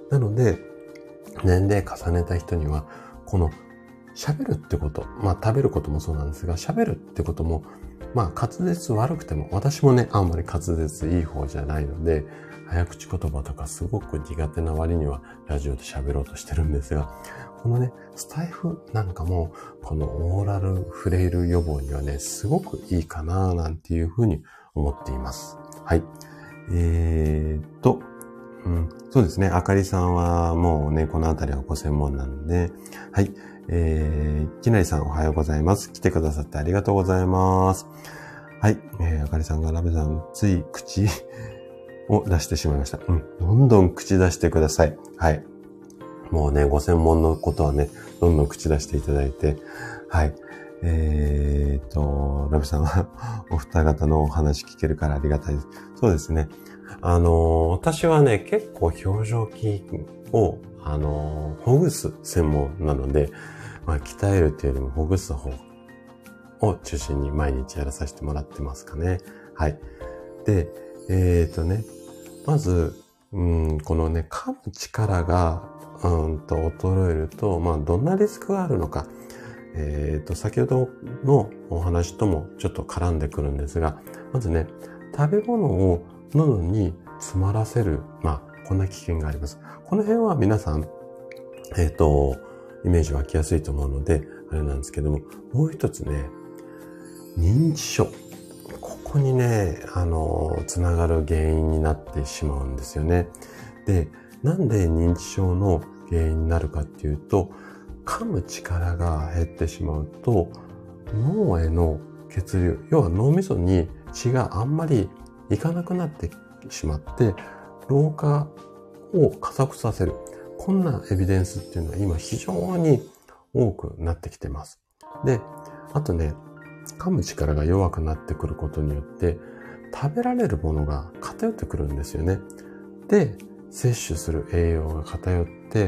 Speaker 1: なので、年齢重ねた人には、この喋るってこと、まあ食べることもそうなんですが、喋るってことも、まあ滑舌悪くても、私もね、あんまり滑舌いい方じゃないので、早口言葉とかすごく苦手な割にはラジオで喋ろうとしてるんですが、このね、スタイフなんかも、このオーラルフレイル予防にはね、すごくいいかななんていうふうに思っています。はい。えーっと、うん、そうですね。あかりさんはもうね、このあたりはご専門なので、はい。えー、きなりさんおはようございます。来てくださってありがとうございます。はい。えー、あかりさんがラベさん、つい口を出してしまいました。うん。どんどん口出してください。はい。もうね、ご専門のことはね、どんどん口出していただいて、はい。えーと、ラベさんはお二方のお話聞けるからありがたいです。そうですね。あのー、私はね、結構表情筋を、あのー、ほぐす専門なので、まあ、鍛えるっていうよりもほぐす方を中心に毎日やらさせてもらってますかね。はい。で、えーとね、まず、うん、このね、噛む力が、うんと衰えると、まあ、どんなリスクがあるのか。えーと、先ほどのお話ともちょっと絡んでくるんですが、まずね、食べ物を喉に詰まらせる、まあ、こんな危険があります。この辺は皆さん、えっと、イメージ湧きやすいと思うので、あれなんですけども、もう一つね、認知症。ここにね、あの、つながる原因になってしまうんですよね。で、なんで認知症の原因になるかっていうと、噛む力が減ってしまうと、脳への血流、要は脳みそに血があんまりいかなくなってしまって、老化を加速させる。こんなエビデンスっていうのは今非常に多くなってきてます。で、あとね、噛む力が弱くなってくることによって、食べられるものが偏ってくるんですよね。で、摂取する栄養が偏って、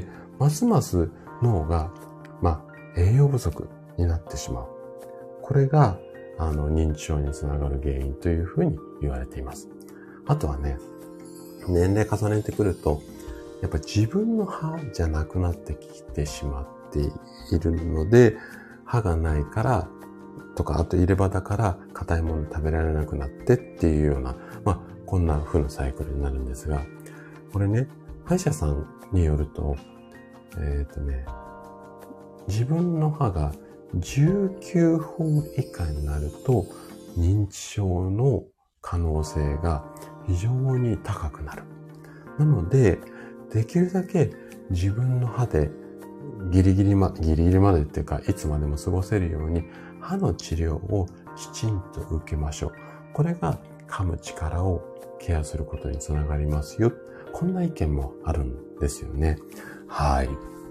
Speaker 1: ますます脳が、まあ、栄養不足になってしまう。これが、あの、認知症につながる原因というふうに言われています。あとはね、年齢重ねてくると、やっぱ自分の歯じゃなくなってきてしまっているので、歯がないから、とか、あと入れ歯だから硬いもの食べられなくなってっていうような、まあ、こんな風なサイクルになるんですが、これね、歯医者さんによると、えっとね、自分の歯がじゅうきゅうほん以下になると、認知症の可能性が非常に高くなる。なので、できるだけ自分の歯でギリギリま、ギリギリまでっていうか、いつまでも過ごせるように、歯の治療をきちんと受けましょう。これが噛む力をケアすることにつながりますよ。こんな意見もあるんですよね。はい。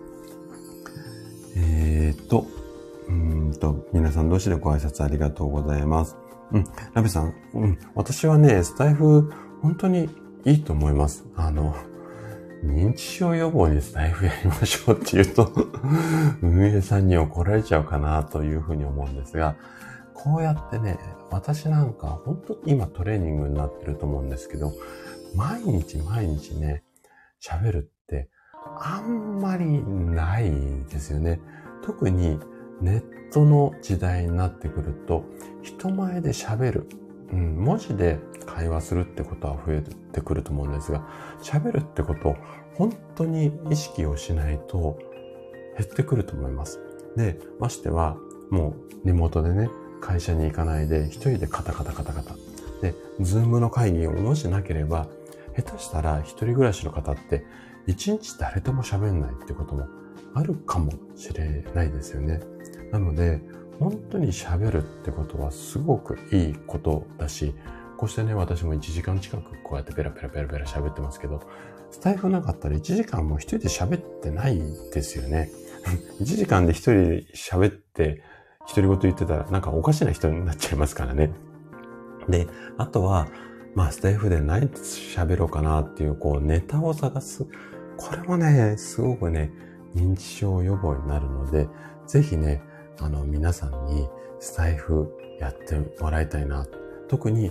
Speaker 1: えーと、うーんと、皆さん同士でご挨拶ありがとうございます。うん、ラベさん、うん、私はね、スタイフ、本当にいいと思います。あの、認知症予防にスタイフやりましょうって言うと、運営さんに怒られちゃうかなというふうに思うんですが、こうやってね、私なんか本当に今トレーニングになってると思うんですけど、毎日毎日ね、喋るってあんまりないですよね。特にネットの時代になってくると、人前で喋る、うん、文字で会話するってことは増えてくると思うんですが、喋るってことを本当に意識をしないと減ってくると思います。で、ましてはもうリモートでね、会社に行かないで一人でカタカタカタカタ。で、ズームの会議をもしなければ、下手したら一人暮らしの方って一日誰とも喋んないってこともあるかもしれないですよね。なので、本当に喋るってことはすごくいいことだし、こうしてね、私もいちじかん近くこうやってペラペラペラペラ喋ってますけど、スタイフなかったらいちじかんも一人で喋ってないですよね。いちじかんで一人で喋って、独り言言ってたらなんかおかしな人になっちゃいますからね。で、あとは、まあスタイフで何喋ろうかなっていうこうネタを探す。これもね、すごくね、認知症予防になるので、ぜひね、あの皆さんにスタイフやってもらいたいな。特に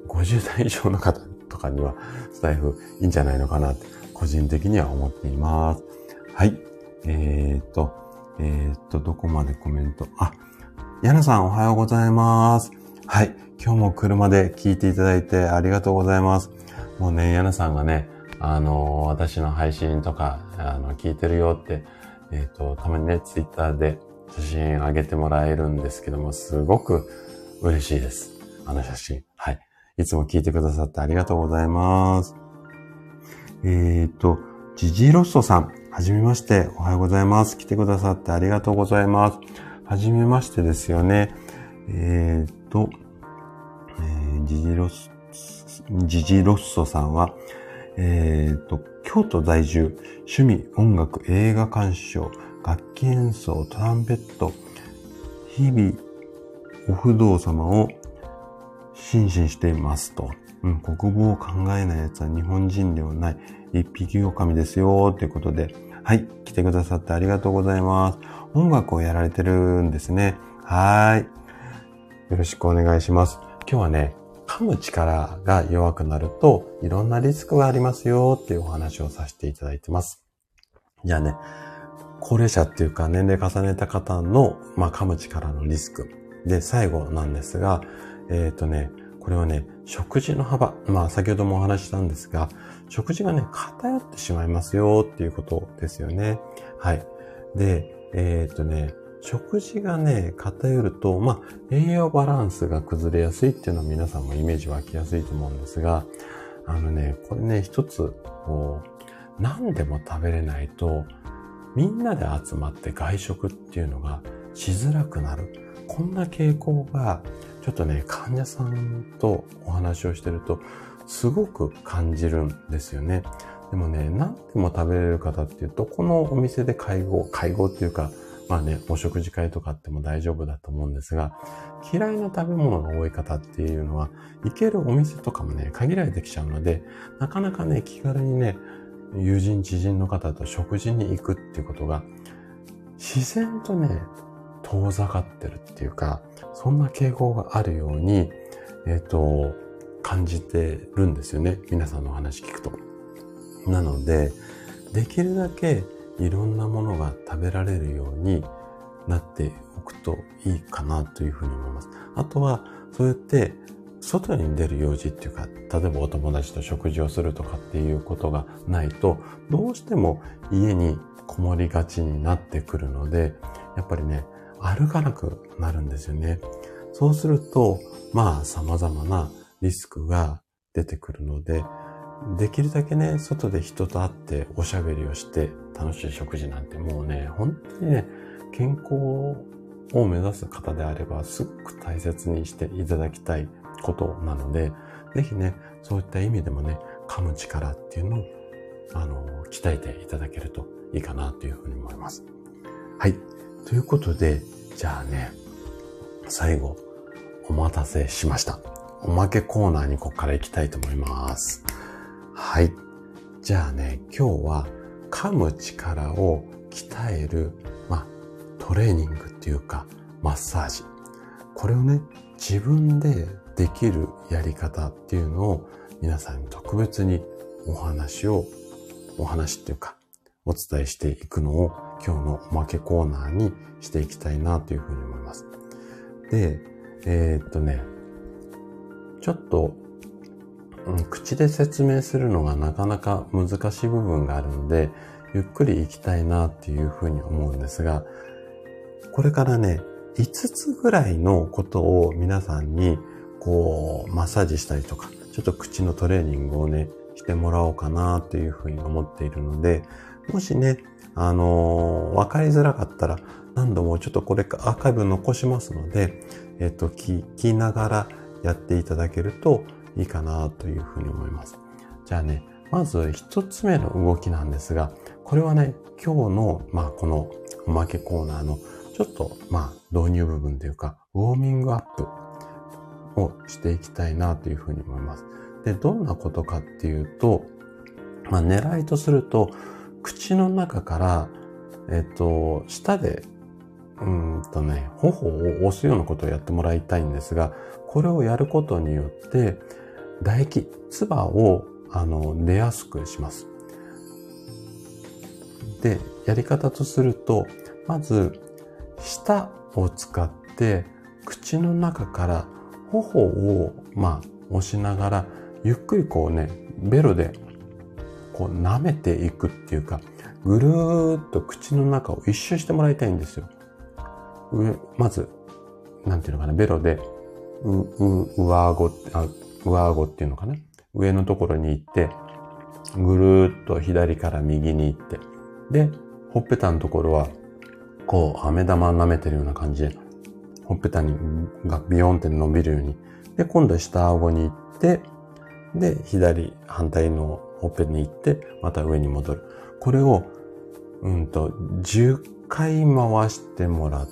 Speaker 1: ごじゅう代以上の方とかにはスタイフいいんじゃないのかなって個人的には思っています。はい。えーっと、えーっと、どこまでコメント、あ、ヤナさんおはようございます。はい。今日も車で聞いていただいてありがとうございます。もうね、ヤナさんがね、あのー、私の配信とか、あの、聞いてるよって、えーっと、たまにね、ツイッターで写真上げてもらえるんですけども、すごく嬉しいです。あの写真。はい。いつも聞いてくださってありがとうございます。えーと、ジジロッソさん、はじめまして、おはようございます。来てくださってありがとうございます。はじめましてですよね。えーと、えー、ジジロッ、ジジロッソさんは、えーと、京都在住、趣味、音楽、映画鑑賞、楽器演奏、トランペット、日々、お不動様を心身していますと。うん、国語を考えない奴は日本人ではない。一匹狼ですよ、ということで。はい、来てくださってありがとうございます。音楽をやられてるんですね。はい。よろしくお願いします。今日はね、噛む力が弱くなるといろんなリスクがありますよっていうお話をさせていただいてます。じゃあね、高齢者っていうか年齢重ねた方の、まあ、噛む力のリスク。で、最後なんですが、えっとね、これはね、食事の幅。まあ、先ほどもお話ししたんですが、食事がね、偏ってしまいますよっていうことですよね。はい。で、えっとね、食事がね、偏ると、まあ、栄養バランスが崩れやすいっていうのは皆さんもイメージ湧きやすいと思うんですが、あのね、これね、一つ、こう、何でも食べれないと、みんなで集まって外食っていうのがしづらくなる。こんな傾向が、ちょっとね、患者さんとお話をしてると、すごく感じるんですよね。でもね、何でも食べれる方っていうと、このお店で会合、会合っていうか、まあね、お食事会とかあっても大丈夫だと思うんですが、嫌いな食べ物が多い方っていうのは、行けるお店とかもね、限られてきちゃうので、なかなかね、気軽にね、友人、知人の方と食事に行くっていうことが、自然とね、遠ざかってるっていうか、そんな傾向があるように、えっと、感じてるんですよね。皆さんのお話聞くと。なので、できるだけいろんなものが食べられるようになっておくといいかなというふうに思います。あとは、そうやって外に出る用事っていうか、例えばお友達と食事をするとかっていうことがないと、どうしても家にこもりがちになってくるので、やっぱりね、歩かなくなるんですよね。そうすると、まあ様々なリスクが出てくるので、できるだけね、外で人と会っておしゃべりをして楽しい食事なんてもうね、本当にね、健康を目指す方であればすごく大切にしていただきたいことなので、ぜひね、そういった意味でもね、噛む力っていうのを、あの、鍛えていただけるといいかなというふうに思います。はい。ということで、じゃあね、最後、お待たせしました。おまけコーナーにここから行きたいと思います。はい。じゃあね、今日は噛む力を鍛える、まあ、トレーニングっていうか、マッサージ。これをね、自分でできるやり方っていうのを皆さんに特別にお話を、お話っていうか、お伝えしていくのを今日のおまけコーナーにしていきたいなというふうに思います。で、えー、っとね、ちょっと、うん、口で説明するのがなかなか難しい部分があるので、ゆっくりいきたいなっていうふうに思うんですが、これからね、いつつぐらいのことを皆さんにこうマッサージしたりとか、ちょっと口のトレーニングをね、してもらおうかなというふうに思っているので、もしね、あのー、わかりづらかったら何度もちょっとこれアーカイブ残しますので、えっと、聞きながらやっていただけるといいかなというふうに思います。じゃあね、まず一つ目の動きなんですが、これはね、今日の、まあ、このおまけコーナーのちょっと、まあ、導入部分というか、ウォーミングアップをしていきたいなというふうに思います。で、どんなことかっていうと、まあ、狙いとすると、口の中から、えっと、舌で、うーんとね、頬を押すようなことをやってもらいたいんですが、これをやることによって、 唾液、唾を、あの、出やすくします。で、やり方とすると、まず、舌を使って、口の中から頬を、まあ、押しながら、ゆっくりこうね、ベロで、こう舐めていくっていうか、ぐるーっと口の中を一周してもらいたいんですよ。上、まず、なんていうのかな、ベロで、う、う、上顎、あ、上顎っていうのかな。上のところに行って、ぐるーっと左から右に行って、で、ほっぺたのところは、こう、飴玉舐めてるような感じで、ほっぺたにがビヨンって伸びるように。で、今度は下顎に行って、で、左、反対のほっぺに行って、また上に戻る。これを、うんと、じゅっかい回してもらって、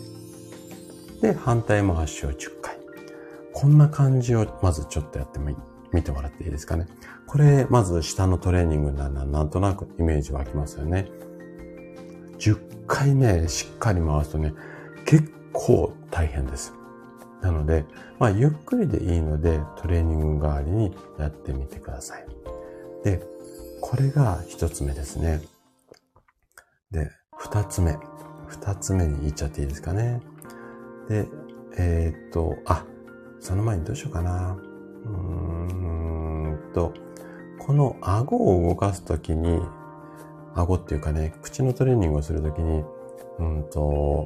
Speaker 1: で、反対回しをじゅっかい。こんな感じを、まずちょっとやってみ、見てもらっていいですかね。これ、まず下のトレーニングならなんとなくイメージ湧きますよね。じゅっかいね、しっかり回すとね、結構大変です。なので、まあ、ゆっくりでいいので、トレーニング代わりにやってみてください。で、これが一つ目ですね。で、二つ目。二つ目に言っちゃっていいですかね。で、えー、っと、あ、その前にどうしようかな。うーんと、この顎を動かすときに、顎っていうかね、口のトレーニングをするときに、うんと、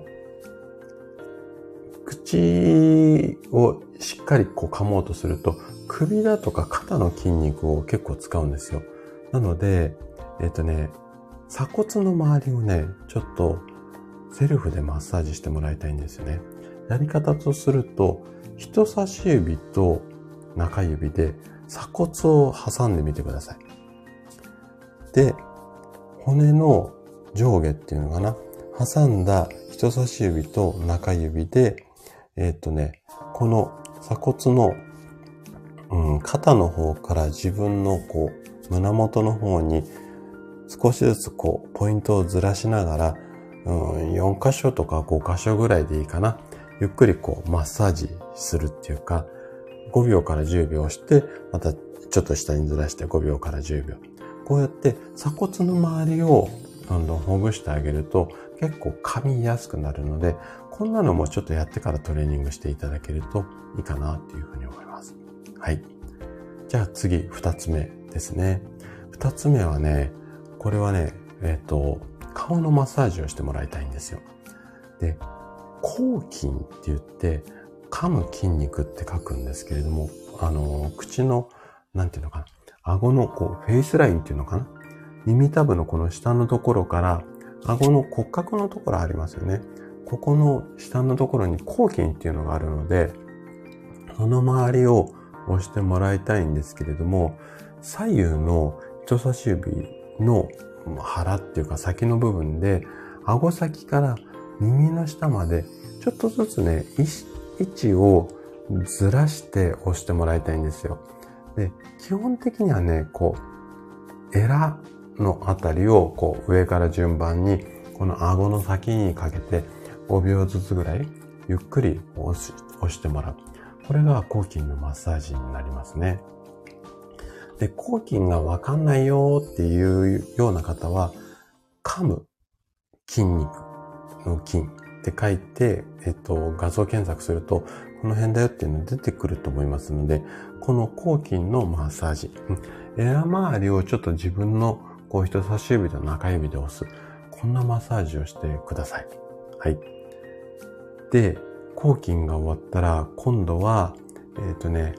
Speaker 1: 口をしっかりこう噛もうとすると、首だとか肩の筋肉を結構使うんですよ。なので、えっとね、鎖骨の周りをね、ちょっとセルフでマッサージしてもらいたいんですよね。やり方とすると、人差し指と中指で鎖骨を挟んでみてください。で、骨の上下っていうのかな。挟んだ人差し指と中指で、えーっとね、この鎖骨の、うん、肩の方から自分のこう、胸元の方に少しずつこう、ポイントをずらしながら、うん、よん箇所とかご箇所ぐらいでいいかな。ゆっくりこう、マッサージするっていうか、ごびょうからじゅうびょうして、またちょっと下にずらしてごびょうからじゅうびょう。こうやって鎖骨の周りをどんどんほぐしてあげると結構噛みやすくなるので、こんなのもちょっとやってからトレーニングしていただけるといいかなっていうふうに思います。はい。じゃあ次、二つ目ですね。二つ目はね、これはね、えっと、顔のマッサージをしてもらいたいんですよ。で、咬筋って言って、噛む筋肉って書くんですけれども、あの、口の、なんていうのかな、顎のこう、フェイスラインっていうのかな、耳たぶのこの下のところから、顎の骨格のところありますよね。ここの下のところに咬筋っていうのがあるので、その周りを押してもらいたいんですけれども、左右の人差し指の腹っていうか先の部分で、顎先から耳の下まで、ちょっとずつね、位置をずらして押してもらいたいんですよ。で、基本的にはね、こう、エラのあたりをこう上から順番にこの顎の先にかけてごびょうずつぐらいゆっくり押し、押してもらう。これが咬筋のマッサージになりますね。で、咬筋がわかんないよっていうような方は、噛む筋肉の筋って書いて、えっと、画像検索すると、この辺だよっていうの出てくると思いますので、この咬筋のマッサージ、エラ周りをちょっと自分のこう人差し指と中指で押す、こんなマッサージをしてください。はい。で、咬筋が終わったら、今度は、えっとね、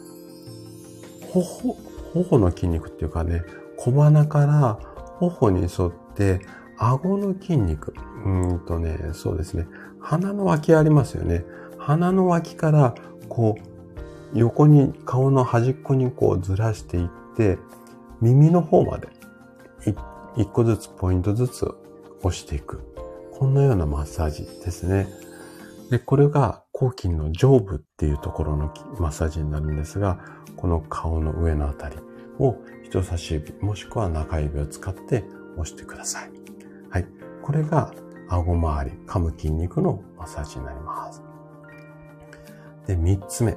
Speaker 1: 頬、頬の筋肉っていうかね、小鼻から頬に沿って、顎の筋肉、うーんとね、そうですね、鼻の脇ありますよね。鼻の脇から、こう、横に顔の端っこにこうずらしていって、耳の方まで、一個ずつポイントずつ押していく。こんなようなマッサージですね。で、これが咬筋の上部っていうところのマッサージになるんですが、この顔の上のあたりを人差し指もしくは中指を使って押してください。はい。これが顎周り、噛む筋肉のマッサージになります。で、三つ目。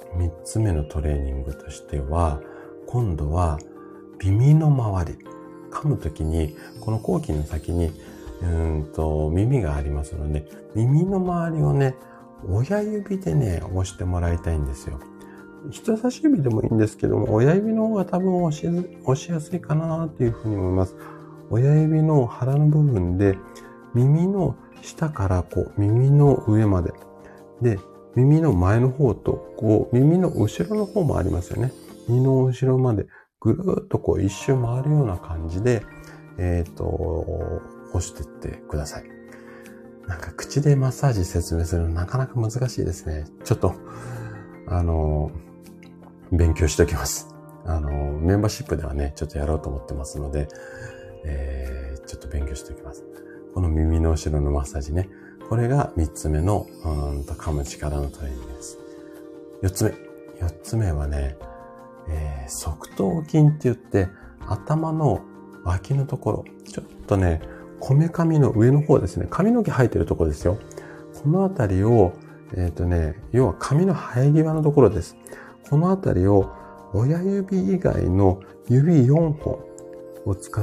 Speaker 1: 三つ目のトレーニングとしては、今度は耳の周り。噛むときに、この後筋の先に、うーんと、耳がありますので、耳の周りをね、親指でね、押してもらいたいんですよ。人差し指でもいいんですけども、親指の方が多分押し、押しやすいかなっていうふうに思います。親指の腹の部分で、耳の下からこう、耳の上まで。で、耳の前の方と、こう、耳の後ろの方もありますよね。耳の後ろまで、ぐるーっとこう、一周回るような感じで、えっと、押してってください。なんか口でマッサージ説明するのなかなか難しいですね。ちょっと、あの、勉強しておきます。あの、メンバーシップではね、ちょっとやろうと思ってますので、えー、ちょっと勉強しておきます。この耳の後ろのマッサージね。これが三つ目の、うーんと噛む力のトレーニングです。四つ目。四つ目はね、えー、側頭筋って言って、頭の脇のところ、ちょっとね、こめかみの上の方ですね。髪の毛生えてるところですよ。このあたりを、えっとね、要は髪の生え際のところです。このあたりを親指以外の指よんほんを使って、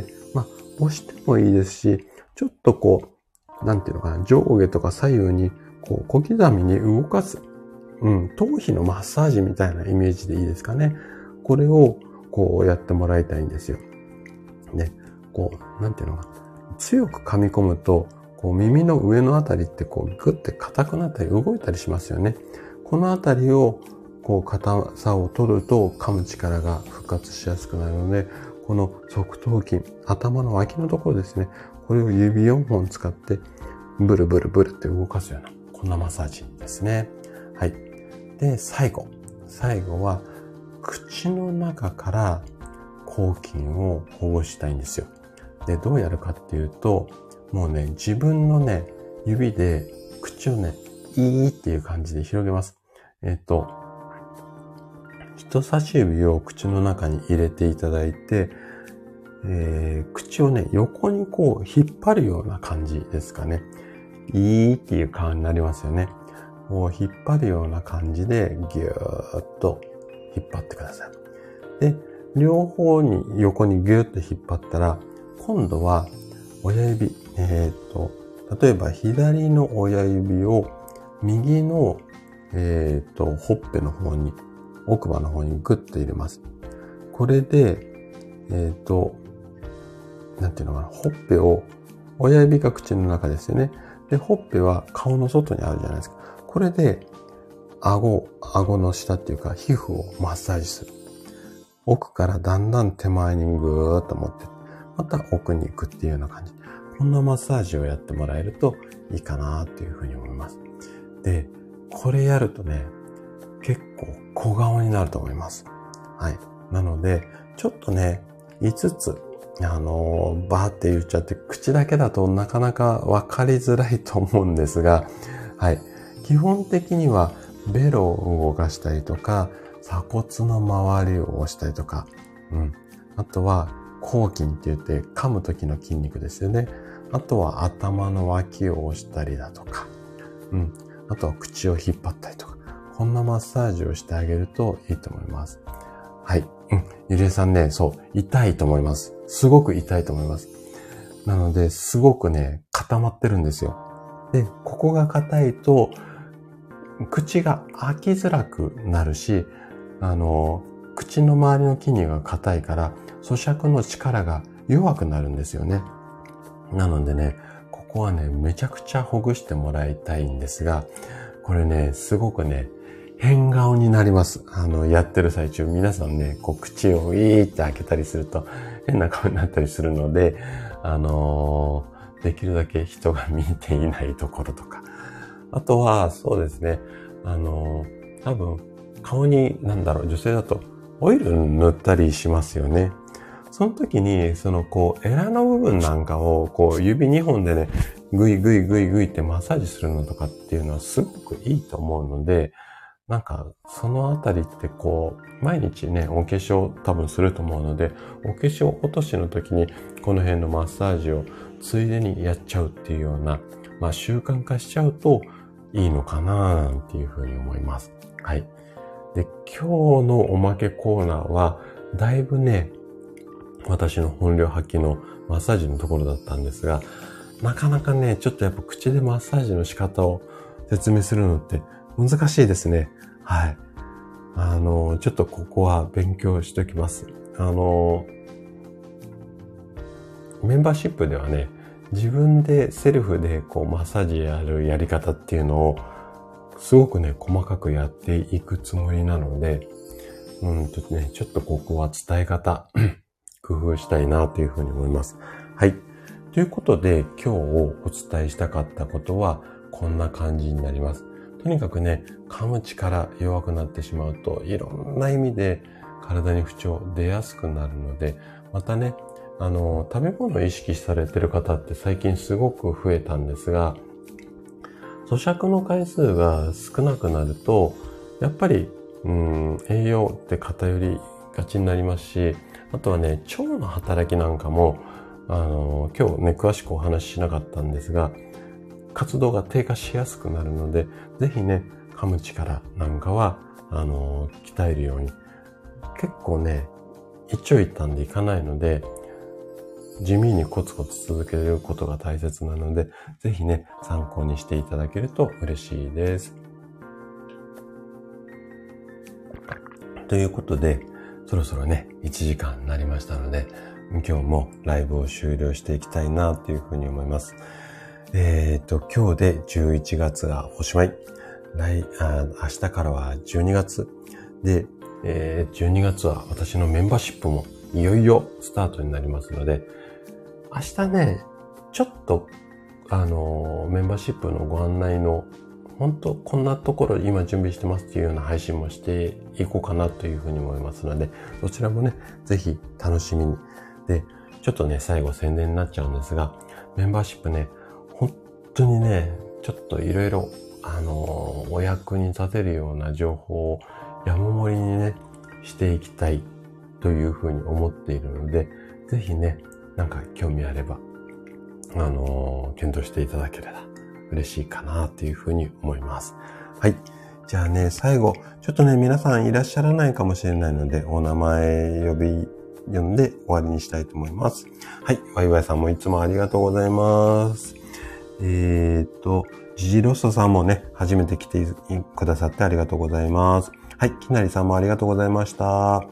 Speaker 1: まあ、押してもいいですし、ちょっとこう、なんていうのかな、上下とか左右に、こう、小刻みに動かす。うん、頭皮のマッサージみたいなイメージでいいですかね。これを、こうやってもらいたいんですよ。で、こう、なんていうのかな。強く噛み込むと、こう耳の上のあたりってこうグッて硬くなったり動いたりしますよね。このあたりをこう硬さを取ると噛む力が復活しやすくなるので、この側頭筋、頭の脇のところですね。これを指よんほん使ってブルブルブルって動かすような、こんなマッサージですね。はい。で、最後。最後は口の中から後筋をほぐしたいんですよ。で、どうやるかっていうと、もうね、自分のね、指で口をね、いーっていう感じで広げます。えっと、人差し指を口の中に入れていただいて、えー、口をね、横にこう引っ張るような感じですかね。いーっていう感じになりますよね。こう引っ張るような感じでギューッと引っ張ってください。で、両方に横にギューッと引っ張ったら、今度は親指、えっと、例えば左の親指を右の、えっと、ほっぺの方に、奥歯の方にグッと入れます。これで、えっと、なんていうのかな、ほっぺを、親指が口の中ですよね。で、ほっぺは顔の外にあるじゃないですか。これで、顎、顎の下っていうか、皮膚をマッサージする。奥からだんだん手前にぐーっと持ってまた奥に行くっていうような感じ。こんなマッサージをやってもらえるといいかなっていうふうに思います。で、これやるとね、結構小顔になると思います。はい。なので、ちょっとね、いつつ、あのー、バーって言っちゃって、口だけだとなかなかわかりづらいと思うんですが、はい。基本的には、ベロを動かしたりとか、鎖骨の周りを押したりとか、うん。あとは、後筋って言って噛む時の筋肉ですよね。あとは頭の脇を押したりだとか、うん。あとは口を引っ張ったりとか、こんなマッサージをしてあげるといいと思います。はい。うん。ゆりえさんね、そう、痛いと思います。すごく痛いと思います。なので、すごくね、固まってるんですよ。で、ここが硬いと、口が開きづらくなるし、あの、口の周りの筋肉が硬いから、咀嚼の力が弱くなるんですよね。なのでね、ここはね、めちゃくちゃほぐしてもらいたいんですが、これね、すごくね、変顔になります。あの、やってる最中、皆さんね、こう、口をウィーって開けたりすると、変な顔になったりするので、あのー、できるだけ人が見ていないところとか。あとは、そうですね、あのー、多分、顔に、なんだろう、女性だと、オイル塗ったりしますよね。その時に、その、こう、エラの部分なんかを、こう、指にほんでね、グイグイグイグイってマッサージするのとかっていうのはすごくいいと思うので、なんか、そのあたりってこう、毎日ね、お化粧多分すると思うので、お化粧落としの時に、この辺のマッサージをついでにやっちゃうっていうような、まあ習慣化しちゃうといいのかななんていうふうに思います。はい。 で、今日のおまけコーナーは、だいぶね、私の本領発揮のマッサージのところだったんですが、なかなかね、ちょっとやっぱ口でマッサージの仕方を説明するのって難しいですね。はい。あの、ちょっとここは勉強しておきます。あの、メンバーシップではね、自分でセルフでこうマッサージやるやり方っていうのをすごくね、細かくやっていくつもりなので、うんとね、ちょっとここは伝え方、工夫したいなというふうに思います。はい。ということで、今日お伝えしたかったことは、こんな感じになります。とにかくね、噛む力弱くなってしまうと、いろんな意味で体に不調出やすくなるので、またね、あの、食べ物を意識されてる方って最近すごく増えたんですが、咀嚼の回数が少なくなると、やっぱり、うん、栄養って偏りがちになりますし、あとはね、腸の働きなんかも、あの、今日ね、詳しくお話ししなかったんですが、活動が低下しやすくなるので、ぜひね、噛む力なんかは、あの、鍛えるように。結構ね、一長一短でいかないので、地味にコツコツ続けることが大切なので、ぜひね、参考にしていただけると嬉しいです。ということで、そろそろね、いちじかんになりましたので、今日もライブを終了していきたいなというふうに思います。えっと、今日でじゅういちがつがおしまい。来、あ、明日からはじゅうにがつ。で、えー、じゅうにがつは私のメンバーシップもいよいよスタートになりますので、明日ね、ちょっと、あの、メンバーシップのご案内の、本当こんなところ今準備してますっていうような配信もしていこうかなというふうに思いますので、どちらもね、ぜひ楽しみに。で、ちょっとね、最後宣伝になっちゃうんですが、メンバーシップね、本当にね、ちょっといろいろ、あの、お役に立てるような情報を山盛りにね、していきたいというふうに思っているので、ぜひね、なんか興味あれば、あのー、検討していただければ嬉しいかなというふうに思います。はい。じゃあね、最後、ちょっとね、皆さんいらっしゃらないかもしれないので、お名前呼び、呼んで終わりにしたいと思います。はい。ワイワイさんもいつもありがとうございます。えーっと、ジジロストさんもね、初めて来てくださってありがとうございます。はい。きなりさんもありがとうございました。はい。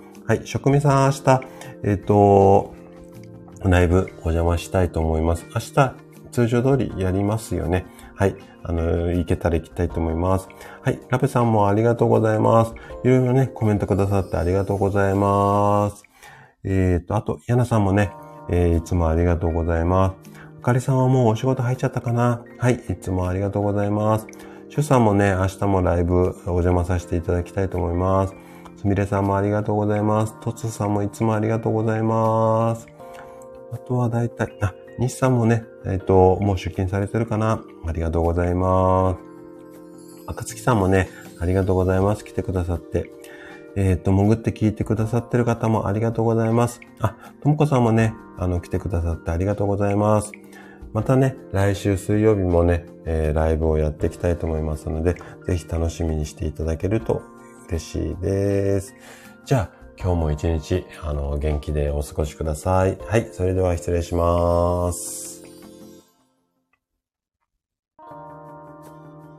Speaker 1: 職味さん明日、えーっと、ライブお邪魔したいと思います。明日、通常通りやりますよね。はい。あの、行けたら行きたいと思います。はい。ラペさんもありがとうございます。いろいろね、コメントくださってありがとうございます。えっと、あと、ヤナさんもね、えー、いつもありがとうございます。あかりさんはもうお仕事入っちゃったかな？はい。いつもありがとうございます。シュさんもね、明日もライブお邪魔させていただきたいと思います。すみれさんもありがとうございます。トツさんもいつもありがとうございます。あとはだいたい、あ、西さんもね、えっと、もう出勤されてるかな？ありがとうございます。赤月さんもね、ありがとうございます。来てくださって。えっと、潜って聞いてくださってる方もありがとうございます。あ、ともこさんもね、あの、来てくださってありがとうございます。またね、来週水曜日もね、えー、ライブをやっていきたいと思いますので、ぜひ楽しみにしていただけると嬉しいです。じゃあ、今日も一日、あの、元気でお過ごしください。はい、それでは失礼します。